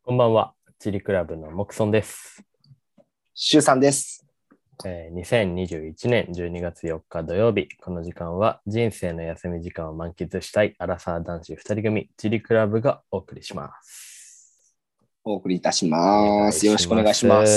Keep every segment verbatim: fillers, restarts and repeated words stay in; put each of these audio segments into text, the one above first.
こんばんは、チリクラブのモクソンです。 週さんです。 えー、にせんにじゅういちねんじゅうにがつよっか土曜日、この時間は人生の休み時間を満喫したいアラサー男子ふたり組、チリクラブがお送りします。 お送りいたしお願います。よろしくお願いしします。 ます。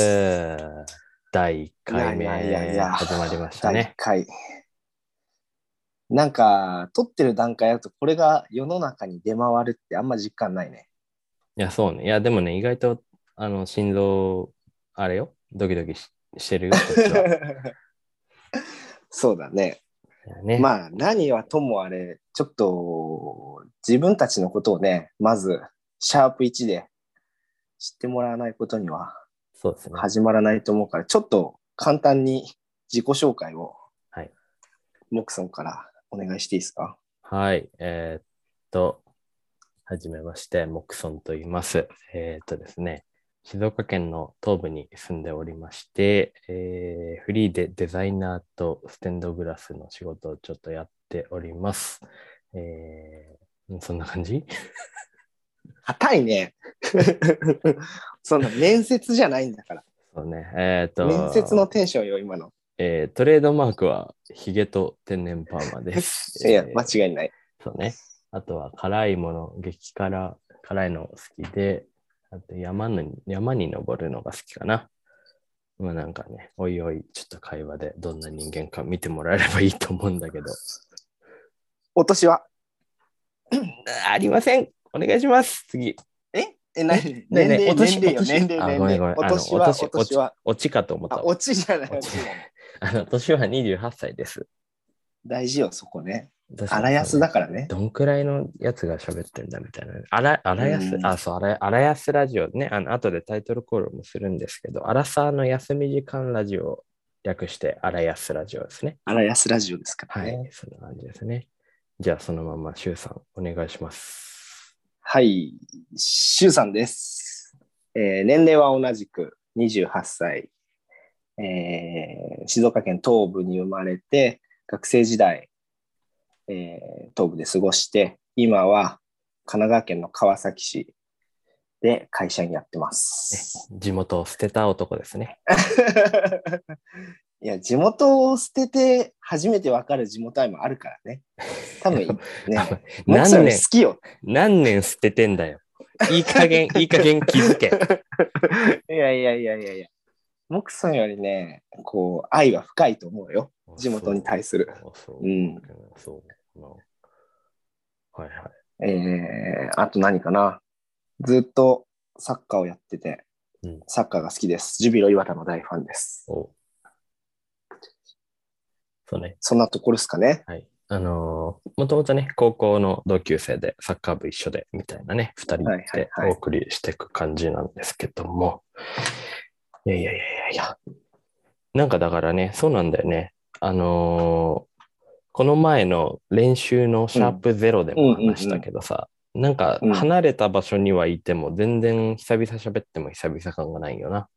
だいいっかいいやいやいやいや、 め始まりましただいいっね。 かい。なんか、撮ってる段階だと、これが世の中に出回るってあんま実感ないね。 いや、そうね。いや、でもね、意外と、あの、心臓、あれよ、ドキドキ し, してるよ、こっちは。 そうだね。 ね。 まあ、何はともあれ、ちょっと、自分たちのことをね、まず、シャープいちで知ってもらわないことにはそうですね。 始まらないと思うから、ちょっと簡単に自己紹介を、 はい。 モクソンからお願いしていいですか？ はい。えーっと、はじめまして、モクソンと言います。えーっとですね、静岡県の東部に住んでおりまして、えーフリーでデザイナーとステンドグラスの仕事をちょっとやっております。えー、そんな感じ。 硬いね。そんな面接じゃないんだから。 そうね。えーっ面接のと、 テンションよ、今の。 えートレードマークはヒゲと天然パーマです。 いや、間え違いない。 ーそうね。あとは辛いもの、激辛、辛いの好きで、あと山に山に登るのが好きかな。まあなんかね、おいおい、ちょっと会話でどんな人間か見てもらえればいいと思うんだけど。 お年は？ ありません。お願いします。次。 ええ、なえにねえねえ、 年齢、 お年、 年齢よ、 お年。 年齢、 あ、 年齢。 ごめんごめん。 おあの、 年は、おお年、おち、 年は。 おちかと思っあ、 たわ。 オチじゃない、 おち。 オチじゃない。 あの、年はにじゅうはっさいです。 大事よ、そこね。 確か荒安にそうね。 だからね。 どんくらいのやつが喋ってんだみたいな。あら、あらやす、 うん。 あ、そう、あら、あらやすラジオね。あの、後でタイトルコールもするんですけど、アラサーの休み時間ラジオを略して、あらやすラジオですね。 荒安ラジオですからね。 はい、そんな感じですね。じゃあ、そのまま、シュウさん、お願いします。 はい、シュウさんです。えー年齢は同じくにじゅうはっさい。えー静岡県東部に生まれて、学生時代、えー東部で過ごして、今は神奈川県の川崎市で会社にやってまね、 す。 地元を捨てた男ですね。 いや、地元を捨てて初めて分かる地元愛もあるからね。多分ね、モクさんより好何年、 きよ。 何年捨ててんだよ。いい加減、いい加減気づけ。 いやいやいやいやいや。モクさんよりね、こう、愛は深いと思うよ。地元に対する。 そう、そう、 うん。 そう。まあ、はいはい。 えー、あと何かな。ずっとサッカーをやってて、 うん、 サッカーが好きです。ジュビロ磐田の大ファンです。 おそうね。 そんなところですかね。 はい。あのー、もともとね、高校の同級生でサッカー部一緒でみたいなね、二人はいはいでおはい。 送りしていく感じなんですけども。いやいやいやいやいや。なんかだからね、そうなんだよね。あのーこの前の練習のシャーうん。 プゼロでうんうも話したんけどさ、なんかうん。うん。 離れた場所にはいても全然久々喋っても久々感がないよな。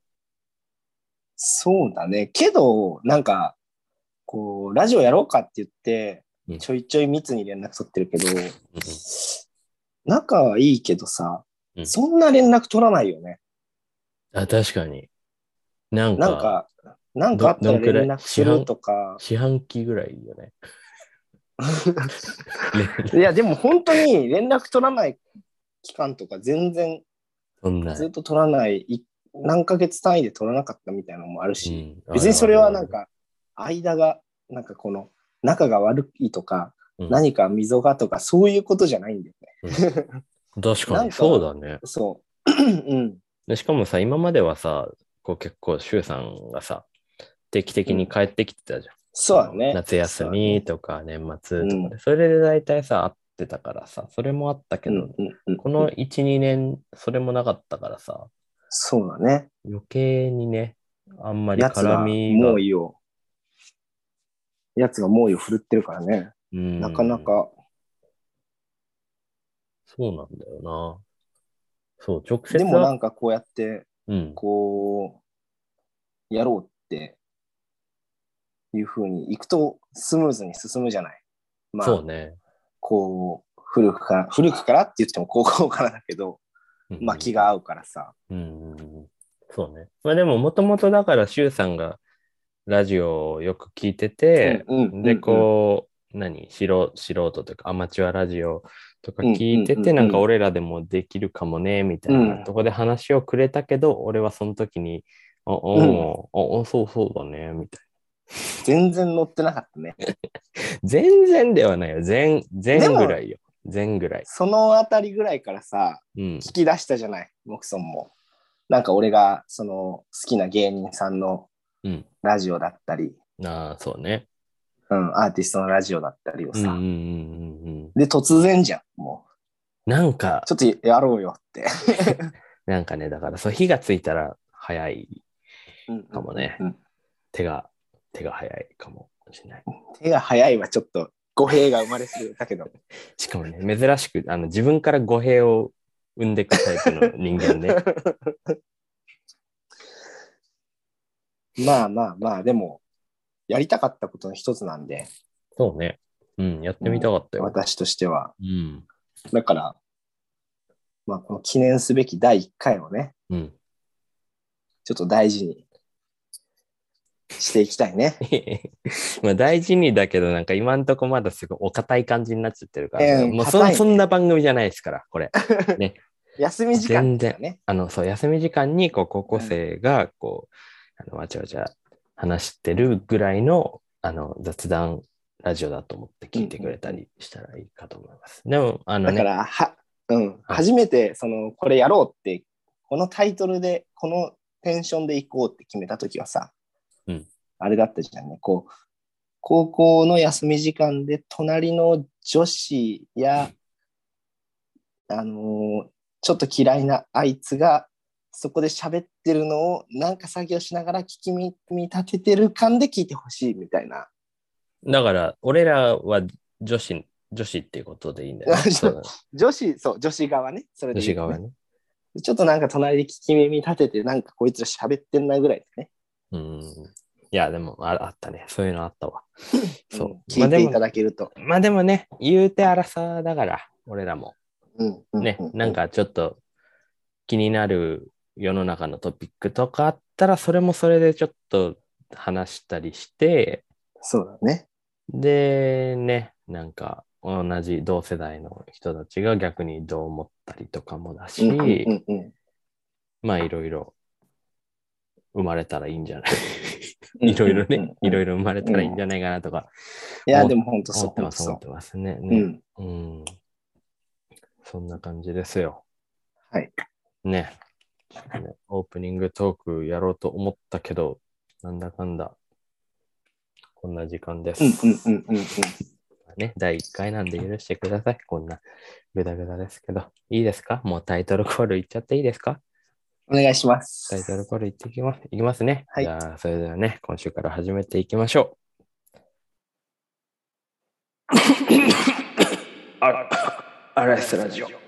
そうだね。けど、なんか、こう、ラジオやろうかって言って、 うん。 ちょいちょい密に連絡取ってるけど、 うん仲はいいけどさ、 うん。うん。 そんな連絡取らないよね。 あ、確かに。なんか、 なんか、なんかあど、 ったらどんくらい連絡する四半、 とか。 四半期ぐらいよね。連いや、でも本当に連絡取らない期間とか全然そんない。 ずっと取らない、い何ヶ月単位で取らなかったみたいなのもあるし、 うん。ある別にそれあるある。 はなんか、間が、なんかこの、仲が悪いとか、 うん。 何か溝がとか、そういうことじゃないんだようん。 ね。 確かに、 なんか、 そうだね。 そう。うん。 で、しかもさ、今まではさ、こう結構、周さんがさ、定期的うん。 に帰ってきてたじゃん。そのそうだね。 夏休そうだね。 みとか年末とかで、 うん。 それで大体さ、会ってたからさ、それもあったけうん。 ど、 うん。うん。 このうん。 いち、にねん、それもなかったからさ、 そうだね。 余計にね、あんまり絡やつがみが、 猛威を、やつが猛威を振るってるからね。 うーなかなん、 か。 そうなんだよな。そう、直でもな接は、 んかこうやって、 うん、 こう、やろうっていうふうにいくとスムーズに進むじゃない。まあ、 そうね。 こう、古くから、古くからって言っても高校からだけど、 うんまあ気が合うからさ。 うんうん、そうね。まあでももともとだからシュウさんがラジオをよく聞いてて、 うんうんうんうん、 で、こう、何素人、素人というかアマチュアラジオとか聞いてて、 うんうんうんうん、 なんか俺らでもできるかもね、みたいなとこで話をくれたけど、俺はその時に、あ、おー、あ、そうそうだね、みたいな。 全然乗ってなかったね。 全然ではないよ。全、全ぐらいよ。全ぐらい。 そのあたりぐらいからさ、 うん、 聞き出したじゃない、モクソンも。なんか俺がその好きな芸人さんのラジオだったり、 うん、ああ、そうね。 うん、アーティストのラジオだったりをさ。 うんうんうんうん、 で、突然じゃん、もう。なんか、 ちょっとやろうよって。 なんかね、だからそう、火がついたら早いかもね。 うんうんうん、 手が、手が早いかもしれない。 手が早いはちょっと語弊が生まれすぎたけど。 しかもね、珍しく、あの、自分から語弊を生んでいくタイプの人間ね。 まあまあまあ、でも、やりたかったことの一つなんで。 そうね。うん、やってみたかったよ。 うん、私としては。 うん。 だから、まあ、この記念すべきだいいっかいをね、 うん、 ちょっと大事にしていきたいね。 まあ大事にだけど、なんか今んとこまだすごいお堅い感じになっちゃってるから、 えー、 もう そ,、ね、そんな番組じゃないですから、これ。ね、 休み時間ですよね。 あの、そう、休み時間にこう高校生がこう、うん、あのわちゃわちゃ話してるぐらいのあの雑談ラジオだと思って聞いてくれたりしたらいいかと思います。うんうんうん、でも、あのね。 だから、は、うん、初めて、その、これやろうって、このタイトルで、このテンションでいこうって決めたときはさ、 うん、 あれだったじゃんね、こう、高校の休み時間で隣の女子や、あのー、ちょっと嫌いなあいつがそこで喋ってるのをなんか作業しながら聞き見立ててる感で聞いてほしいみたいな。 だから俺らは女子女子っていうことでいいんだよね。 女子、そう、女子側ね。それで言うとね、女子側ね。 ちょっとなんか隣で聞き耳立ててなんかこいつら喋ってんなぐらいですね。 うん。いや、でも あ, あったね。そういうのあったわ。そう。 聞いていただけると。 まあ、まあでもね、言うてあらさだから、俺らも。 うんうん、 ね、なんかちょっと気になる世の中のトピックとかあったら、それもそれでちょっと話したりして、 そうだね。 で、ね、なんか同じ同世代の人たちが逆にどう思ったりとかもだし、うんうんうん、まあいろいろ生まれたらいいんじゃないいろいろね、いろいろ生まれたらいいんじゃないかなとか。 いや、でも本当そう。 思ってます、思ってますね。ね、うん。うん。そんな感じですよ。 はい。 ね。ねオープニングトークやろうと思ったけど、なんだかんだ、こんな時間です。 うんうんうんうんうん。 ね、だいいっかいなんで許してください。こんなグダグダですけど。いいですか？もうタイトルコールいっちゃっていいですか？ お願いします。 タイトルコールいっていきます。いきますね。 はい。 じゃあ、それではね、今週から始めていきましょう。あら、アラスラジオ。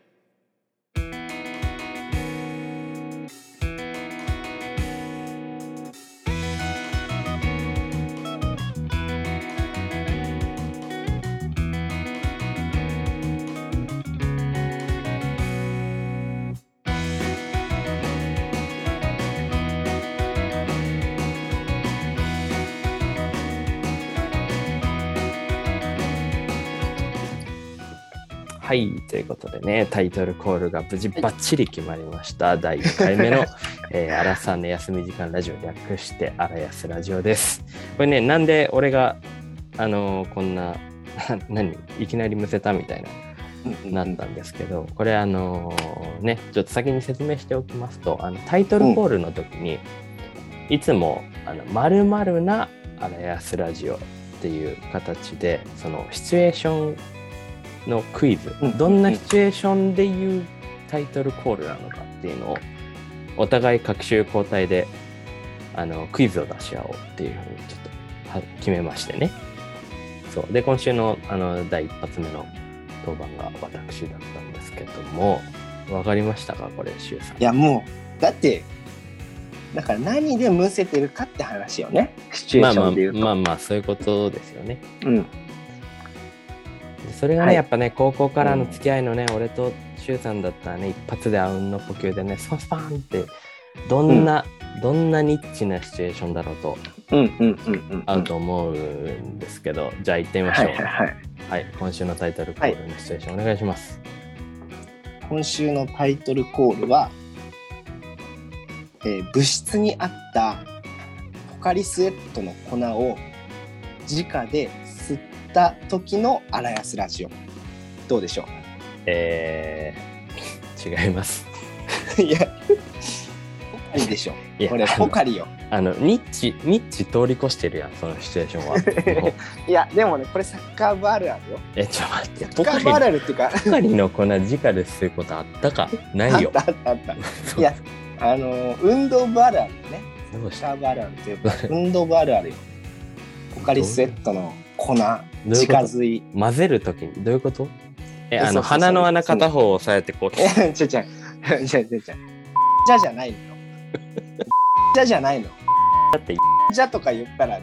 はい、ということでね、タイトルコールが無事バッチリ決まりました。だいいっかいめの、えー、アラサーの休み時間ラジオ、略してアラヤスラジオです。これね、なんで俺が、あのー、こんな、何、いきなりむせたみたいな、なったんですけど、これあのー、ね、ちょっと先に説明しておきますと、あのタイトルコールの時に、いつも、あの、〇〇なアラヤスラジオっていう形で、そのシチュエーションのクイズ、どんなシチュエーションでいうタイトルコールなのかっていうのをお互い各週交代であのクイズを出し合おうっていうふうにちょっと決めましてね。そうで今週のあのだい一発目の当番が私だったんですけども、わかりましたかこれ、シュウさん。 いやもうだってだから何でむせてるかって話よね。シチュエーションでいうと。 まあまあまあまあそういうことですよね。 うん。 それがね、はい、やっぱね、高校からの付き合いのね、うん、俺とシュウさんだったらね、一発であうんの呼吸でね、スパンスパンってどんな、うん、どんなニッチなシチュエーションだろうと合うと思うんですけど、じゃあ行ってみましょう。はい、はいはい、はい、今週のタイトルコールのシチュエーション、はい、お願いします。 今週のタイトルコールは、えー、物質にあったポカリスエットの粉を直で吸った時のアラヤスラジオ。どうでしょう？ えー、違います。 いや、ポカリでしょ。これポカリよ。 あのニッチニッチ通り越してるやん、そのシチュエーションは。 いやでもね、これサッカー部あるあるよ。 えちょっと待って、 サッカー部あるあるっていうか、 ポカリの粉直で吸うことあったか？ないよ。 あったあったあった。いやあの運動部あるあるね。サッカー部あるあるっていうか運動部あるあるよ。ポカリスエットの粉直吸い。 混ぜるときにどういうこと？えあの鼻の穴片方を押さえてこう。 えちょちょちょちょちょじゃじゃないのよ。じゃじゃないの。 だってじゃとか言ったら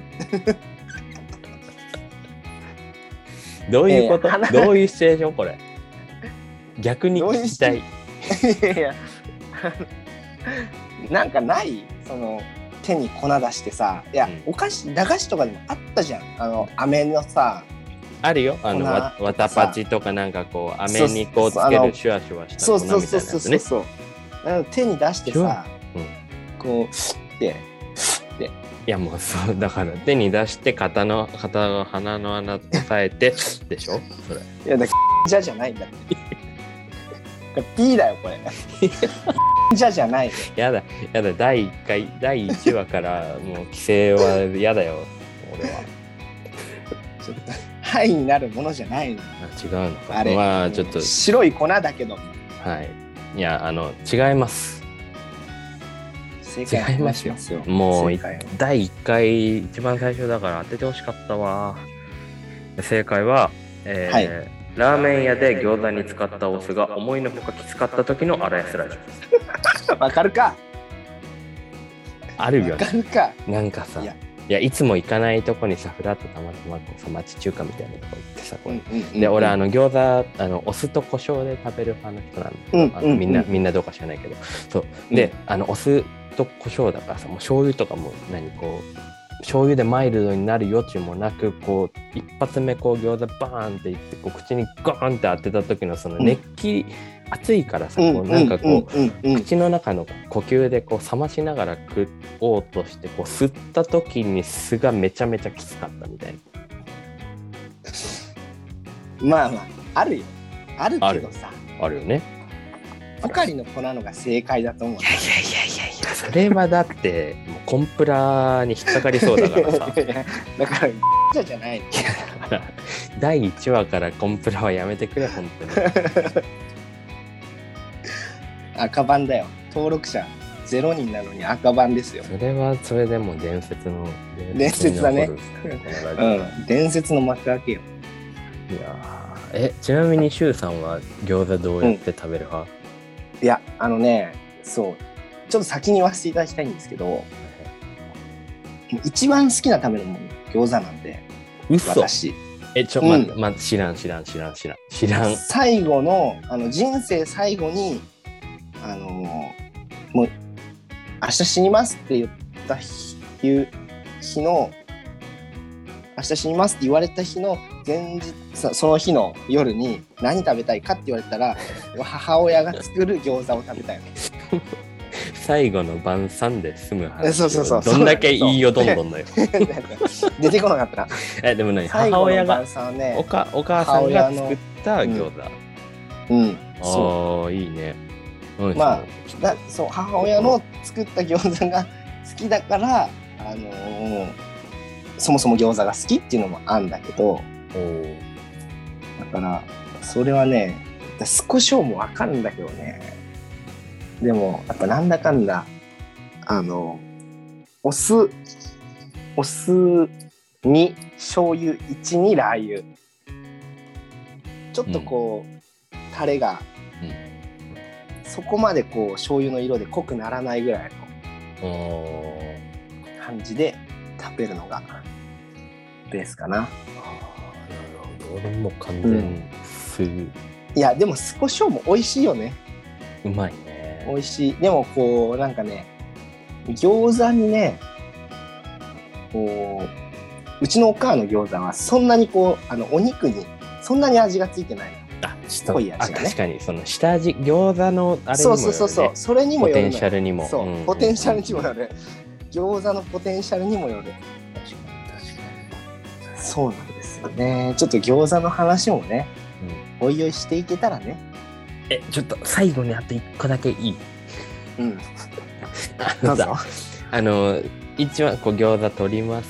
どういうこと、えー、どういうシチュエーションこれ？逆に聞きたい。 いやいやなんかないその手に粉出してさ、いや、うん、お菓子駄菓子とかでもあったじゃん、あの飴のさ。 あるよ、あのわわたパチとかなんかこう飴にこうつけるシュワシュワした粉みたいなやつね。そうそうそうそうそう。手に出してさ、うん、こうってっていやもうそうだから手に出して肩の肩の鼻の穴を押さえてでしょそれ。 いやだじゃじゃないんだって。P だよこれ。じゃじゃない。 やだやだだいいっかいだいいちわからもう規制はやだよ俺は。 ちょっと範囲になるものじゃないの。 違うのか。 あれまあちょっと白い粉だけど。 はい。いやあの違います。 正解違いますよ。もうだいいっかい一番最初だから当ててほしかったわ。正解は、えーはい、ラーメン屋で餃子に使ったお酢が思いのほかきつかった時のアラヤスラジオ。わかるか。 あるよね。 わかるか。 なんかさ。いやいやいつも行かないとこにさふらっとたまたまこうさ町中華みたいなとこ行ってさこう、うんうんうんうん、で俺あの餃子あのお酢と胡椒で食べる派の人なんだけど、うんうんうん、あのみんなみんなどうか知らないけどそうで、うん、あのお酢と胡椒だからさもう醤油とかも何こう醤油でマイルドになる余地もなくこう一発目こう餃子バーンっていってこう口にゴーンって当てた時のその熱気、うん熱いからさ、こうなんかこう口の中の呼吸でこう冷ましながら食おうとしてこう吸った時に酢がめちゃめちゃきつかったみたいな。 まあまああるよあるけどさあ, あるよね。 ポカリの粉のが正解だと思う。 いやいやいやいやいやそれはだってもうコンプラに引っかかりそうだからさ。 だからじゃじゃない。 だいいちわからコンプラはやめてくれ本当に。赤番だよ。登録者ゼロにんなのに赤番ですよ。 それはそれでも伝説の伝説だね。うん、伝説の幕開けよ。 いやえちなみにシュウさんは餃子どうやって食べる派？ うん、いやあのねそうちょっと先に言わせていただきたいんですけど、一番好きな食べるもの餃子なんで。 嘘。 私。 えちょ、うん、まま知らん知らん知らん知らん知らん。 最後のあの人生最後にあのもう明日死にますって言った日、日の明日死にますって言われた日の前日その日の夜に何食べたいかって言われたら母親が作る餃子を食べたいの。 最後の晩餐で済む話。 そうそうそう。 どんだけいいよどんどんのよ。 出てこなかったな。 えでも何母親が、ね、おかお母さんが作った餃子。 うん。うん、 ああいいね。 まあだそう母親の作った餃子が好きだから、あのー、そもそも餃子が好きっていうのもあるんだけど、だからそれはね少しも分かるんだけどね。でもやっぱなんだかんだあのお酢お酢に醤油いちにラー油ちょっとこう、うん、タレが、うんそこまでこう醤油の色で濃くならないぐらいの感じで食べるのがベースかな。 あなるほど。俺も完全に酢いやでも酢胡椒も美味しいよね。 うまいね。 美味しい。でもこうなんかね、餃子にね、こううちのお母の餃子はそんなにこうあのお肉にそんなに味がついてない。 あ、ちょっと濃い味がね。 あ、確かにその下味、餃子のあれにもよるね。 そうそうそうそう、それにもよるのよ。 ポテンシャルにも。 そう、 うんうんうん、 ポテンシャルにもよる。餃子のポテンシャルにもよる。 確かに確かに。 そうなんですよね。ちょっと餃子の話もね、うん、おいおいしていけたらね。 え、ちょっと最後にあと一個だけいい？ うん。 どうぞ。あの一番こう餃子取ります。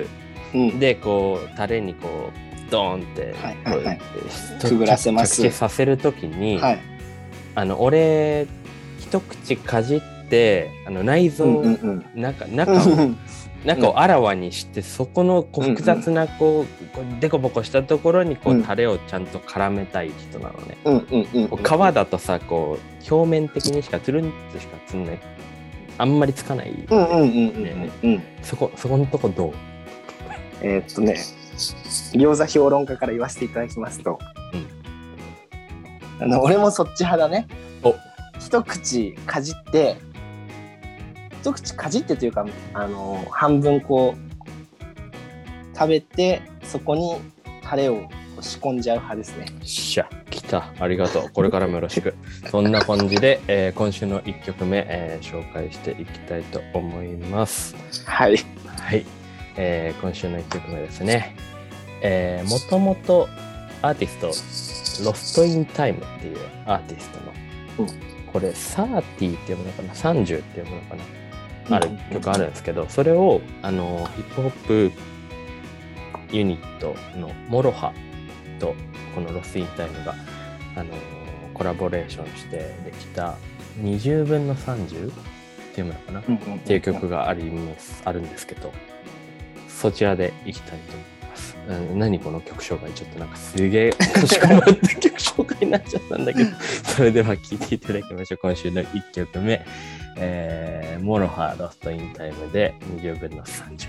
うん、でこうタレにこうドーンって、はいはいはい、 くぐらせます。 着地させるときに、はい、あの俺一口かじってあの内臓、うんうんうん、中中を中をあらわにして、うん、そこのこう複雑なこう、うんうん、デコボコしたところにこう、うん、タレをちゃんと絡めたい人なのね。うんうんうんうん、皮だとさこう表面的にしかつるんとしかつんない、あんまりつかない、ね。うんうんうんうんうん、そこそこのとこどう？ えー、っとね。餃子評論家から言わせていただきますと、うん、あの俺もそっち派だね。お一口かじって一口かじってというかあの半分こう食べてそこにタレを仕込んじゃう派ですね。 しゃ来た、ありがとう。これからもよろしく。そんな感じで、えー、今週のいっきょくめ、えー、紹介していきたいと思います。 はいはい、えー、今週のいっきょくめですね。えー、もともとアーティストロストインタイムっていうアーティストの、うん、これサーティーっていうのかな、さんじゅうっていうのかな、ある曲あるんですけど、それをあのヒップホップユニットのモロハとこのロストインタイムがあのコラボレーションしてできたにじゅうぶんのさんじゅうっていうのかな、うんうんうんうん、っていう曲がありますあるんですけど、そちらでいきたいと思います。何この曲紹介、ちょっとなんかすげえかしこまった曲紹介になっちゃったんだけどそれでは聴いていただきましょう。今週のいっきょくめ、えー、モロハロストインタイムでにじゅうぶんのさんじゅう。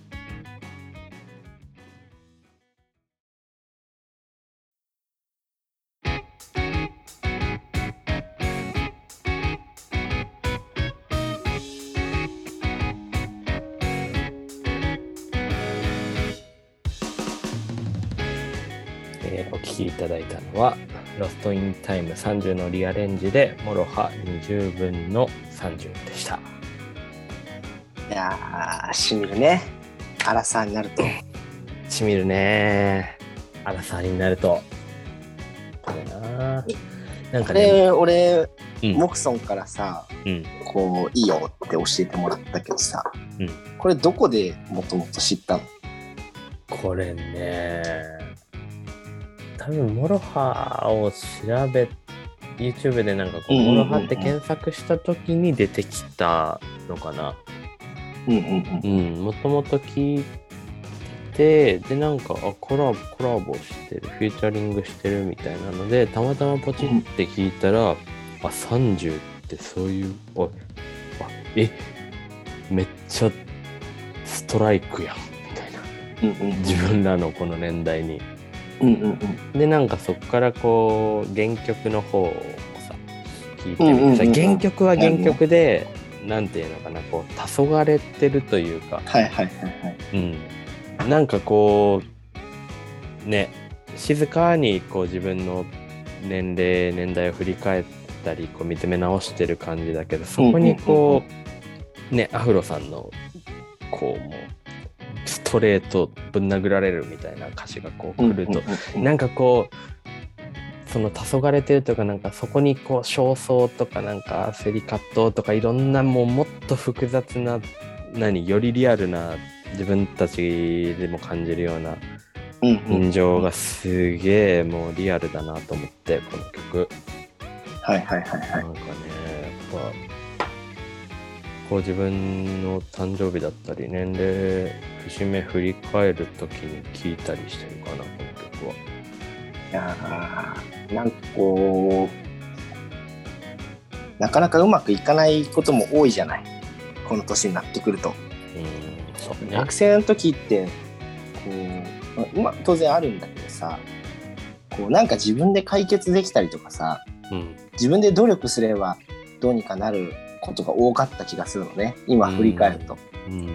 お聴きいただいたのはロストインタイムさんじゅうのリアレンジでモロハにじゅうぶんのさんじゅうでした。 いやーしみるね、アラサーになるとしみるね、アラサーになるとこれな、 なんかね、俺、うん、モクソンからさ、うん、こういいよって教えてもらったけどさ、うん、これどこでもともと知ったの？ これね、多分モロハを調べ YouTube でなんかこう、うんうんうんうん、モロハって検索した時に出てきたのかな。うんうんうん。もともと聞いて、でなんかあコラボコラボしてる、フューチャリングしてるみたいなのでたまたまポチって聞いたら、うん、あさんじゅうってそういうああえめっちゃストライクやんみたいな、うんうんうん、自分らのこの年代に。うんうんうん、でなんかそこからこう原曲の方をさ聞いてみてさ、うんうんうんうん、原曲は原曲で、うん、なんていうのかな、こう黄昏れてるというか、はいはいはいはい、うん、なんかこうね静かにこう自分の年齢年代を振り返ったりこう見つめ直してる感じだけど、そこにこう、うんうんうんうん、ねアフロさんのこうもうストレートぶん殴られるみたいな歌詞がこう来ると、うんうんうん、なんかこうその黄昏れてるとか、なんかそこにこう焦燥とかなんか焦り葛藤とかいろんなもうもっと複雑な何よりリアルな自分たちでも感じるような人情がすげえもうリアルだなと思ってこの曲。 はいはいはいはい。 なんかねやっぱこう自分の誕生日だったり年齢節目振り返るときに聴いたりしてるかなこの曲は。 いやーなんかこうなかなかうまくいかないことも多いじゃない、この年になってくると。うんそうね、学生の時ってこう、まあ、当然あるんだけどさ、ここうなんか自分で解決できたりとかさ、 うん、 自分で努力すればどうにかなることが多かった気がするのね、今振り返ると。 うんうん、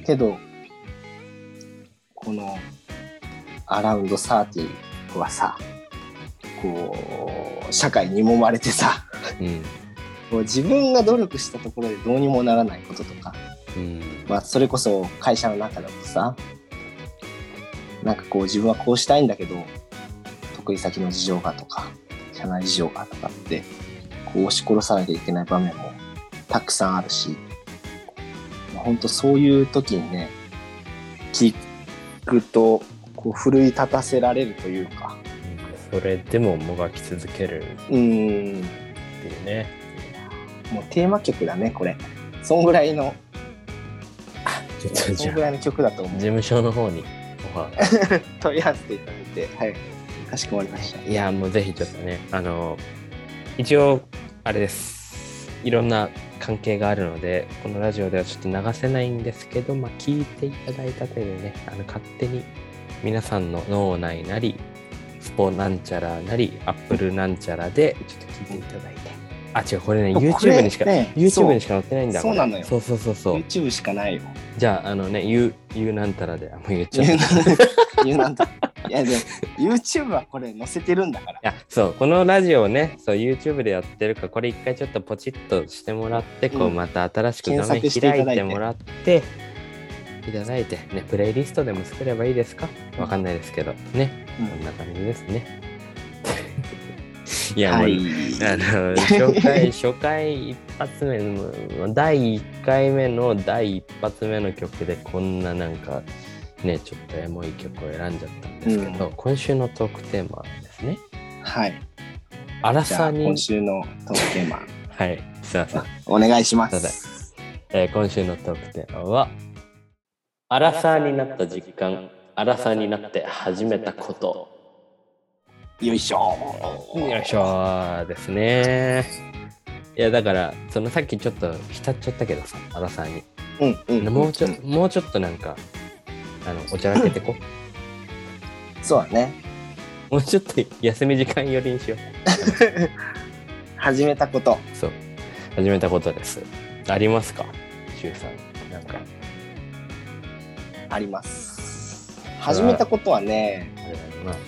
けどこのアラウンドサーティーはさ、こう社会に揉まれてさ、うん、こう自分が努力したところでどうにもならないこととか、うん、まあそれこそ会社の中だとさ、なんかこう自分はこうしたいんだけど得意先の事情がとか社内事情がとかってこう押し殺さなきゃいけない場面もたくさんあるし、本当そういう時にね聞くとこう奮い立たせられるというか、 それでももがき続けるっていうね。 もうテーマ曲だねこれ。そんぐらいのちょっとそんぐらいの曲だと思う。 事務所の方に問い合わせていただいて、はい、かしこまりました。 いやもうぜひちょっとね、あの一応あれです、いろんな関係があるのでこのラジオではちょっと流せないんですけど、まあ聞いていただいた手でね、あの勝手に皆さんの脳内なりスポなんちゃらなりアップルなんちゃらでちょっと聞いていただいて、あ違うこれね YouTube にしか、ね、YouTube にしか載ってないんだ。 そうなのよ。 そうそうそうそう。 YouTube しかないよ。 じゃああのねゆうゆうなんたらであもう言っちゃった。 ゆうなんたら。いやでも YouTube はこれ載せてるんだから。いやそうこのラジオをねそう YouTube でやってるからこれ一回ちょっとポチッとしてもらって、うん、こうまた新しく画面開いてもらっていただいてね、プレイリストでも作ればいいですか？わかんないですけどね、うん、こんな感じですね。いやもう、はい、あの初回初回一発目のだいいっかいめのだい一発目の曲でこんななんかねちょっとエモい曲を選んじゃったんですけど、うん、今週のトークテーマですね。 はい。 アラサーに今週のトークテーマはいすいませんお願いします。 えー、今週のトークテーマはアラサーになった実感、アラサーになって始めたこと。 よいしょよいしょですね。いやだからそのさっきちょっと浸っちゃったけどさ、アラサーに、うんうん、もうちょっと、うん、もうちょっとなんかあのおちゃらけてこ、 うん、そうだね。 もうちょっと休み時間寄りにしよう。 始めたこと。 そう始めたことです。ありますか、しゅうさん。なんかあります。始めたことはね、あれだな、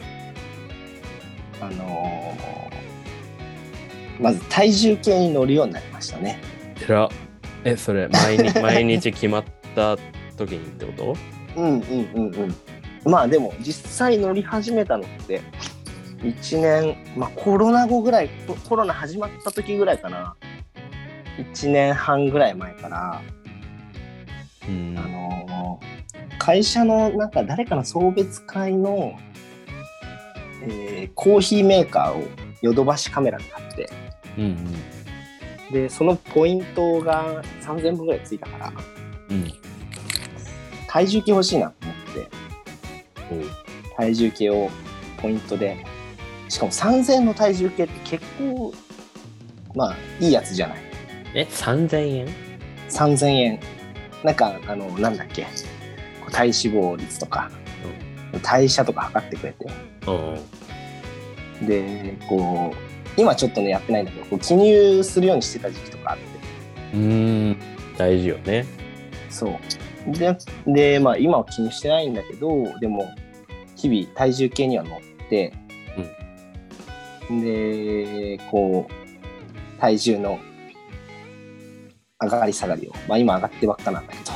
うん、あのー、まず体重計に乗るようになりましたね。 てらえそれ毎日毎日決まった時にってこと？ うんうんうんうん。まあでも実際乗り始めたのっていちねん、まあコロナ後ぐらい、コロナ始まった時ぐらいかな。いちねんはんぐらい前から、うん、あのー、会社のなんか誰かの送別会の、えー、コーヒーメーカーをヨドバシカメラで買って、うんうん、でそのポイントがさんぜんぶぐらいついたから、うん、体重計欲しいなと思って、うん、体重計をポイントで、しかもさんぜんえんの体重計って結構まあいいやつじゃない。 えさんぜんえん？ さんぜんえん。なんかあのなんだっけ、体脂肪率とか、うん、代謝とか測ってくれて、うん、でこう今ちょっとねやってないんだけど、こう記入するようにしてた時期とかあって、 うーん大事よね。 そうででまあ今は気にしてないんだけど、でも日々体重計には乗って、うん、でこう体重の上がり下がりを、まあ今上がってばっかなんだけど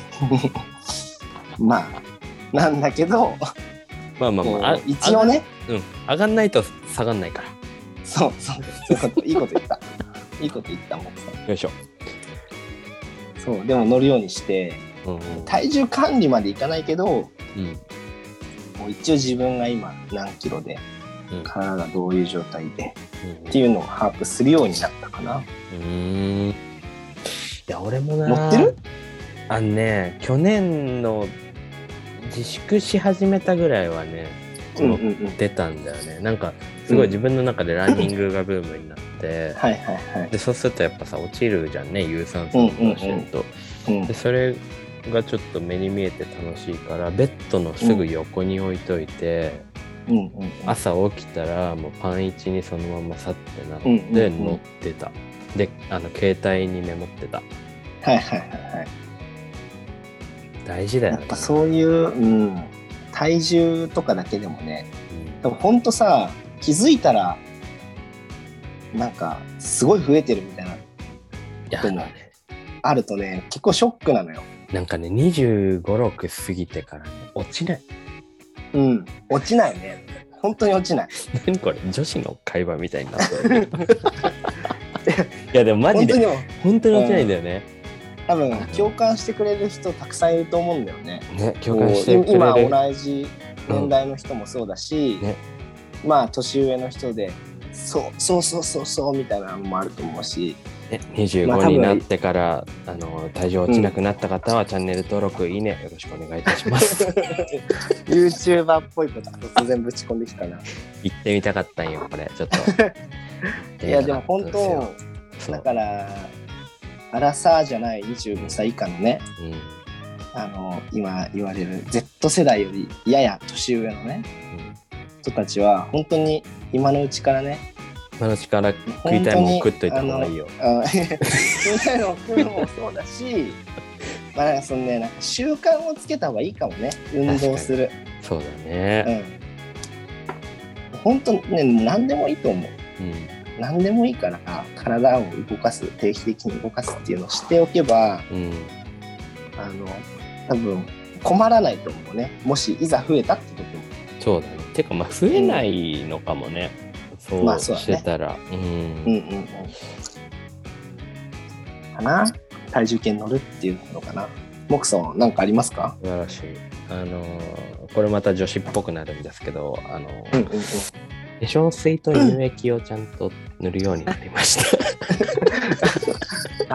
まあなんだけどまあまあまあ一応ね、 うん、上がんないと下がんないから。 そうそうそう、いいこと言ったいいこと言ったもん。 よいしょ。 そうでも乗るようにして、うんうん、体重管理までいかないけど、うん、もう一応自分が今何キロで、うん、体がどういう状態で、うん、っていうのを把握するようになったかな。うーん、 いや俺もな乗ってる？ あのね去年の自粛し始めたぐらいはね乗ってたんだよね、うんうんうん、なんかすごい自分の中でランニングがブームになって、はいはいはい、でそうするとやっぱさ落ちるじゃんね、有酸素運動してると、うんうんうん、でそれがちょっと目に見えて楽しいからベッドのすぐ横に置いといて、 うんうんうん、 朝起きたらもうパン一にそのままさってなって、 うんうんうん、 乗ってた。で、あの携帯にメモってた。 はいはいはいはい。 大事だよね。 やっぱそういう、うん、体重とかだけでもね、でもほんとさ、気づいたらなんかすごい増えてるみたいなこともあるとね、結構ショックなのよ。 なんかね、にじゅうご、ろく過ぎてからね、落ちない。 うん、落ちないね。本当に落ちない。 何これ、女子の会話みたいになってる。いやでもマジで本当に本当に落ちないんだよね。 多分共感してくれる人たくさんいると思うんだよね。 ね、共感してくれる。 今同じ年代の人もそうだし、うんね、まあ年上の人でそうそうそうそうそうみたいなのもあると思うし、 ね、にじゅうごになってから、まあ、あの体重落ちなくなった方は、うん、チャンネル登録いいねよろしくお願いいたします。 YouTuber っぽいこと突然ぶち込んできたな。 言ってみたかったんよこれちょっと。 いやでも本当だからアラサーじゃないにじゅうごさい以下のね、うん、あの今言われる Z 世代よりやや年上のね、うん、人たちは本当に今のうちからね、 今のうちから食いたいもん食っといた方がいいよ。 食いたいの食うのもそうだし、まあなんかそのね、なんか習慣をつけた方がいいかもね、運動する。 そうだね。 うん、本当ね何でもいいと思う。うん何でもいいから体を動かす、定期的に動かすっていうのをしておけば、うん、あの多分困らないと思うね。もしいざ増えたって時も。 そうだね。てかまあ増えないのかもね。うん、そうしてたら。まあそうだね、うん、うんうんうんかな。体重計に乗るっていうのかな。モクソン何かありますか？ 素晴らしい。あのー、これまた女子っぽくなるんですけど、あのー、うんうんうん化粧水と乳液をちゃんと塗るようになりました。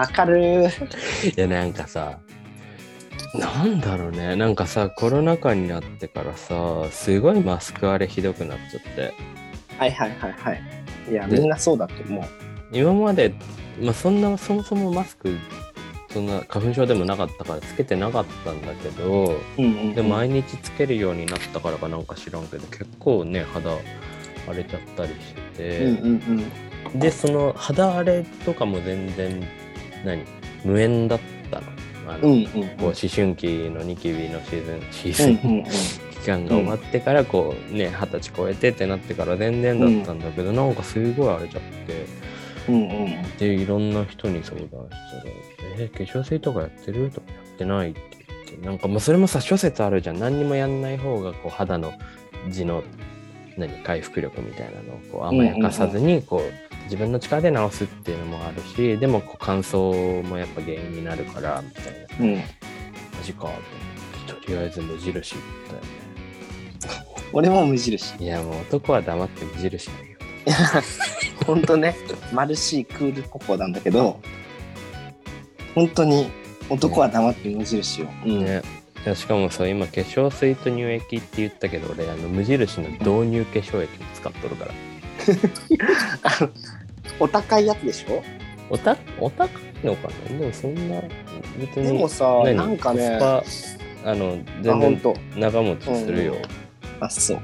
わかる。 いやなんかさ、なんだろうね、なんかさコロナ禍になってからさ、すごいマスク荒れひどくなっちゃって。 はいはいはいはい。いやみんなそうだと思う。 今まで、まあ、そんなそもそもマスクそんな花粉症でもなかったからつけてなかったんだけど、うんうんうん、で毎日つけるようになったからかなんか知らんけど結構ね肌荒れちゃったりしてて、うんうんうん、でその肌荒れとかも全然何無縁だったの。あの、うんうんうん、こう思春期のニキビのシーズンシーズン、うんうんうん、期間が終わってからこうね二十歳超えてってなってから全然だったんだけど、うん、なんかすごい荒れちゃって、うんうん、でいろんな人に相談したら「え化粧水とかやってる?」とか「やってない」って言って、なんかもうそれもさ諸説あるじゃん。何にもやんない方がこう肌の地の何回復力みたいなのをこう甘やかさずにこう、うんうんうん、自分の力で治すっていうのもあるし、でもこう乾燥もやっぱ原因になるからみたいな、うん、マジかと思ってとりあえず無印だよね。 俺も無印。 いやもう男は黙って無印だよ。 いやほんとねマルシークールポコなんだけど本当に男は黙って無印を、 うん、ね。しかもそう今化粧水と乳液って言ったけど俺あの無印の導入化粧液も使っとるからあのお高いやつでしょ。 おたお高いのかな。でもそんな別にでもさなんかねコスパあの全然長持ちするよ。 あ、うん、あそう、うん、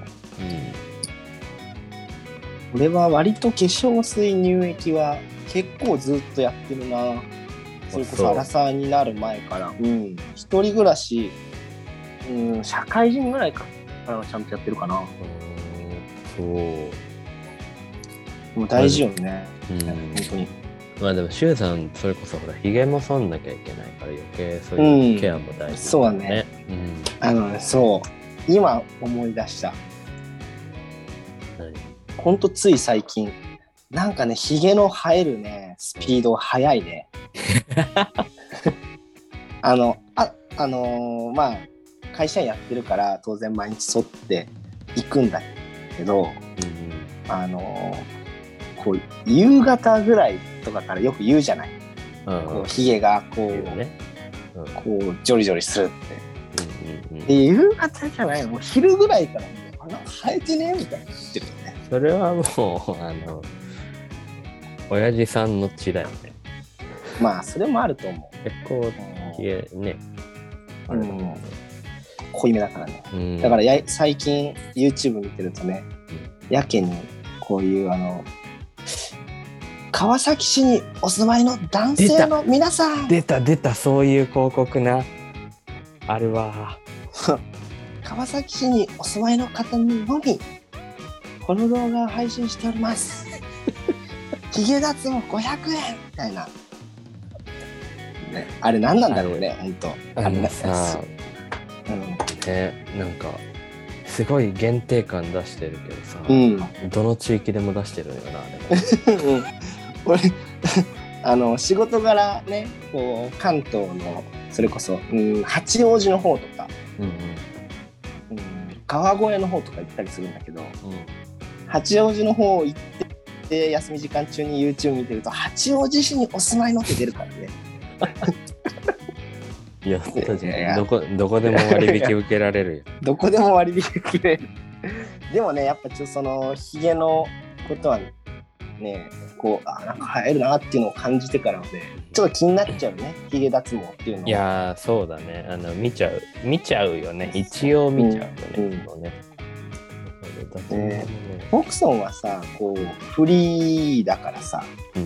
俺は割と化粧水乳液は結構ずっとやってるな。それこそアラサーになる前から、うん、一人暮らし、うん、社会人ぐらいからちゃんとやってるかな。 そう。 もう大事よね。うん、本当に。 まあでもシュウさんそれこそほらヒゲも剃んなきゃいけないから余計そういうケアも大事だね。うん、 そうだね。うん、あのねそう今思い出した。何？本当つい最近なんかねヒゲの生えるねスピード速いね。あのああのー、まあ会社員やってるから当然毎日剃っていくんだけど、うん、あのー、こう夕方ぐらいとかからよく言うじゃない、うん、こうヒゲがこう、ねうん、こうジョリジョリするって、うんうんうん、で夕方じゃないもう昼ぐらいからあなんか生えてねみたいな言ってるよね。 それはもうあの親父さんの血だよね。 まあそれもあると思う。 結構ヒゲね、うん、あると思う、 うん、 濃いめだからね、 うん、 だからや最近 YouTube 見てるとね、うん、やけにこういうあの川崎市にお住まいの男性の皆さん、 出た出たそういう広告な、あるわ川崎市にお住まいの方にのみこの動画を配信しておりますヒゲ脱毛ごひゃくえんみたいな、ね、あれ何なんだろうね、ほんとあのさ、うん、ね、なんかすごい限定感出してるけどさ、うん、どの地域でも出してるよなあれも、うん、 俺あの仕事柄ね、こう関東のそれこそ、うん、八王子の方とか、うんうんうん、川越の方とか行ったりするんだけど、うん、八王子の方行って休み時間中に YouTube 見てると八王子市にお住まいのって出るからねいや、確かにどこ、どこでも割引受けられるよどこでも割引受けられるでもね、やっぱちょっとそのヒゲのことはね、こうあなんか生えるなっていうのを感じてからね、ちょっと気になっちゃうね、ヒゲ脱毛っていうのは。 いやー、そうだね、あの見ちゃう見ちゃうよね、一応見ちゃうよね、うんうんねえー、ボクソンはさ、こうフリーだからさ、うん、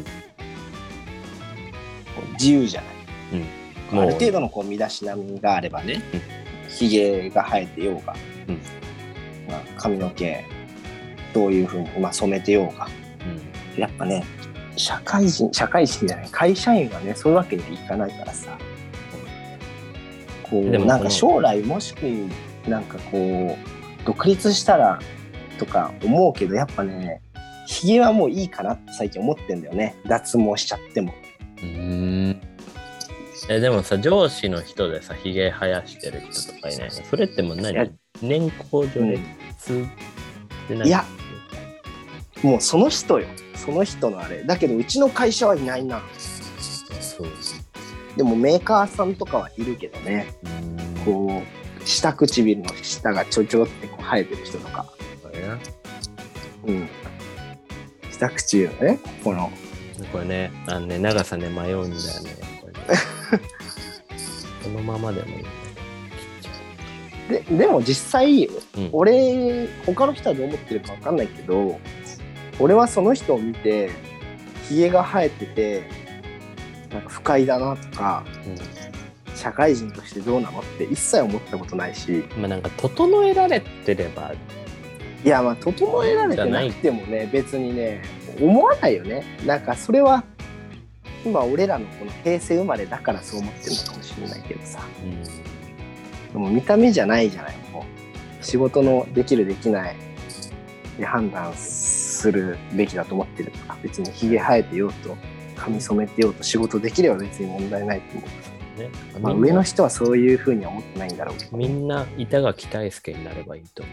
自由じゃない、うん、ある程度のこう身だしなみがあればね、うん、ヒゲが生えてようが、うん、まあ、髪の毛どういうふうに、まあ、染めてようが、うん、やっぱね、社会人社会人じゃない会社員はね、そういうわけにはいかないからさ、こうでもなんか将来もしなんかこう独立したらとか思うけど、やっぱね、ヒゲはもういいかなって最近思ってんだよね、脱毛しちゃっても。うーん、えでもさ、上司の人でさヒゲ生やしてる人とかいないの？それってもう何？年功序列でない？ いや、もうその人よ、その人のあれだけど、うちの会社はいないな。そうでもメーカーさんとかはいるけどね、うこう下唇の下がちょちょってこう生えてる人とか、うん、下唇ね、ここのこれね、あのね、長さね迷うんだよね、これねこのままでもいいんだけど、で, でも実際、うん、俺他の人はどう思ってるか分かんないけど、俺はその人を見てヒゲが生えててなんか不快だなとか、うん、社会人としてどうなのって一切思ったことないし、 まあなんか整えられてれば、 いやまあ整えられてなくてもね、別にね思わないよね。なんかそれは今俺らのこの平成生まれだからそう思ってるのかもしれないけどさ、うん、でも見た目じゃないじゃない、もう仕事のできるできないで判断するべきだと思ってるから、別にヒゲ生えてようと髪染めてようと仕事できれば別に問題ないと思う、ね、まあ、上の人はそういうふうには思ってないんだろうけど、 みんな板垣大輔になればいいと思う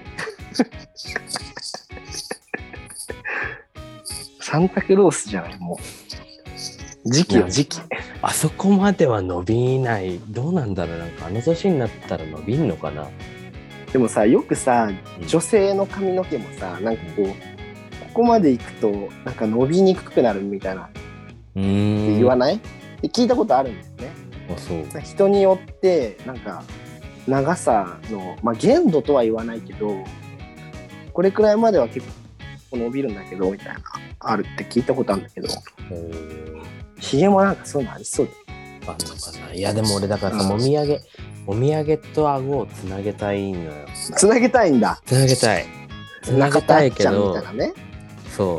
サンタクロースじゃない、もう時期よ時期。 あそこまでは伸びない、どうなんだろう、なんかあの年になったら伸びんのかな。 でもさ、よくさ、女性の髪の毛もさ、なんかこうここまでいくとなんか伸びにくくなるみたいなって言わない？で聞いたことあるんですね。 あ、そう。 人によってなんか長さの、まあ、限度とは言わないけど、これくらいまでは結構伸びるんだけどみたいなあるって聞いたことあるんだけど、ひげもなんかそういうのありそうだ。あんのかな。いやでも俺だからさ、もみあげもみあげと顎をつなげたいのよ。 つなげたいんだ。 つなげたい。つなげたいけど、 みたいなね、そう。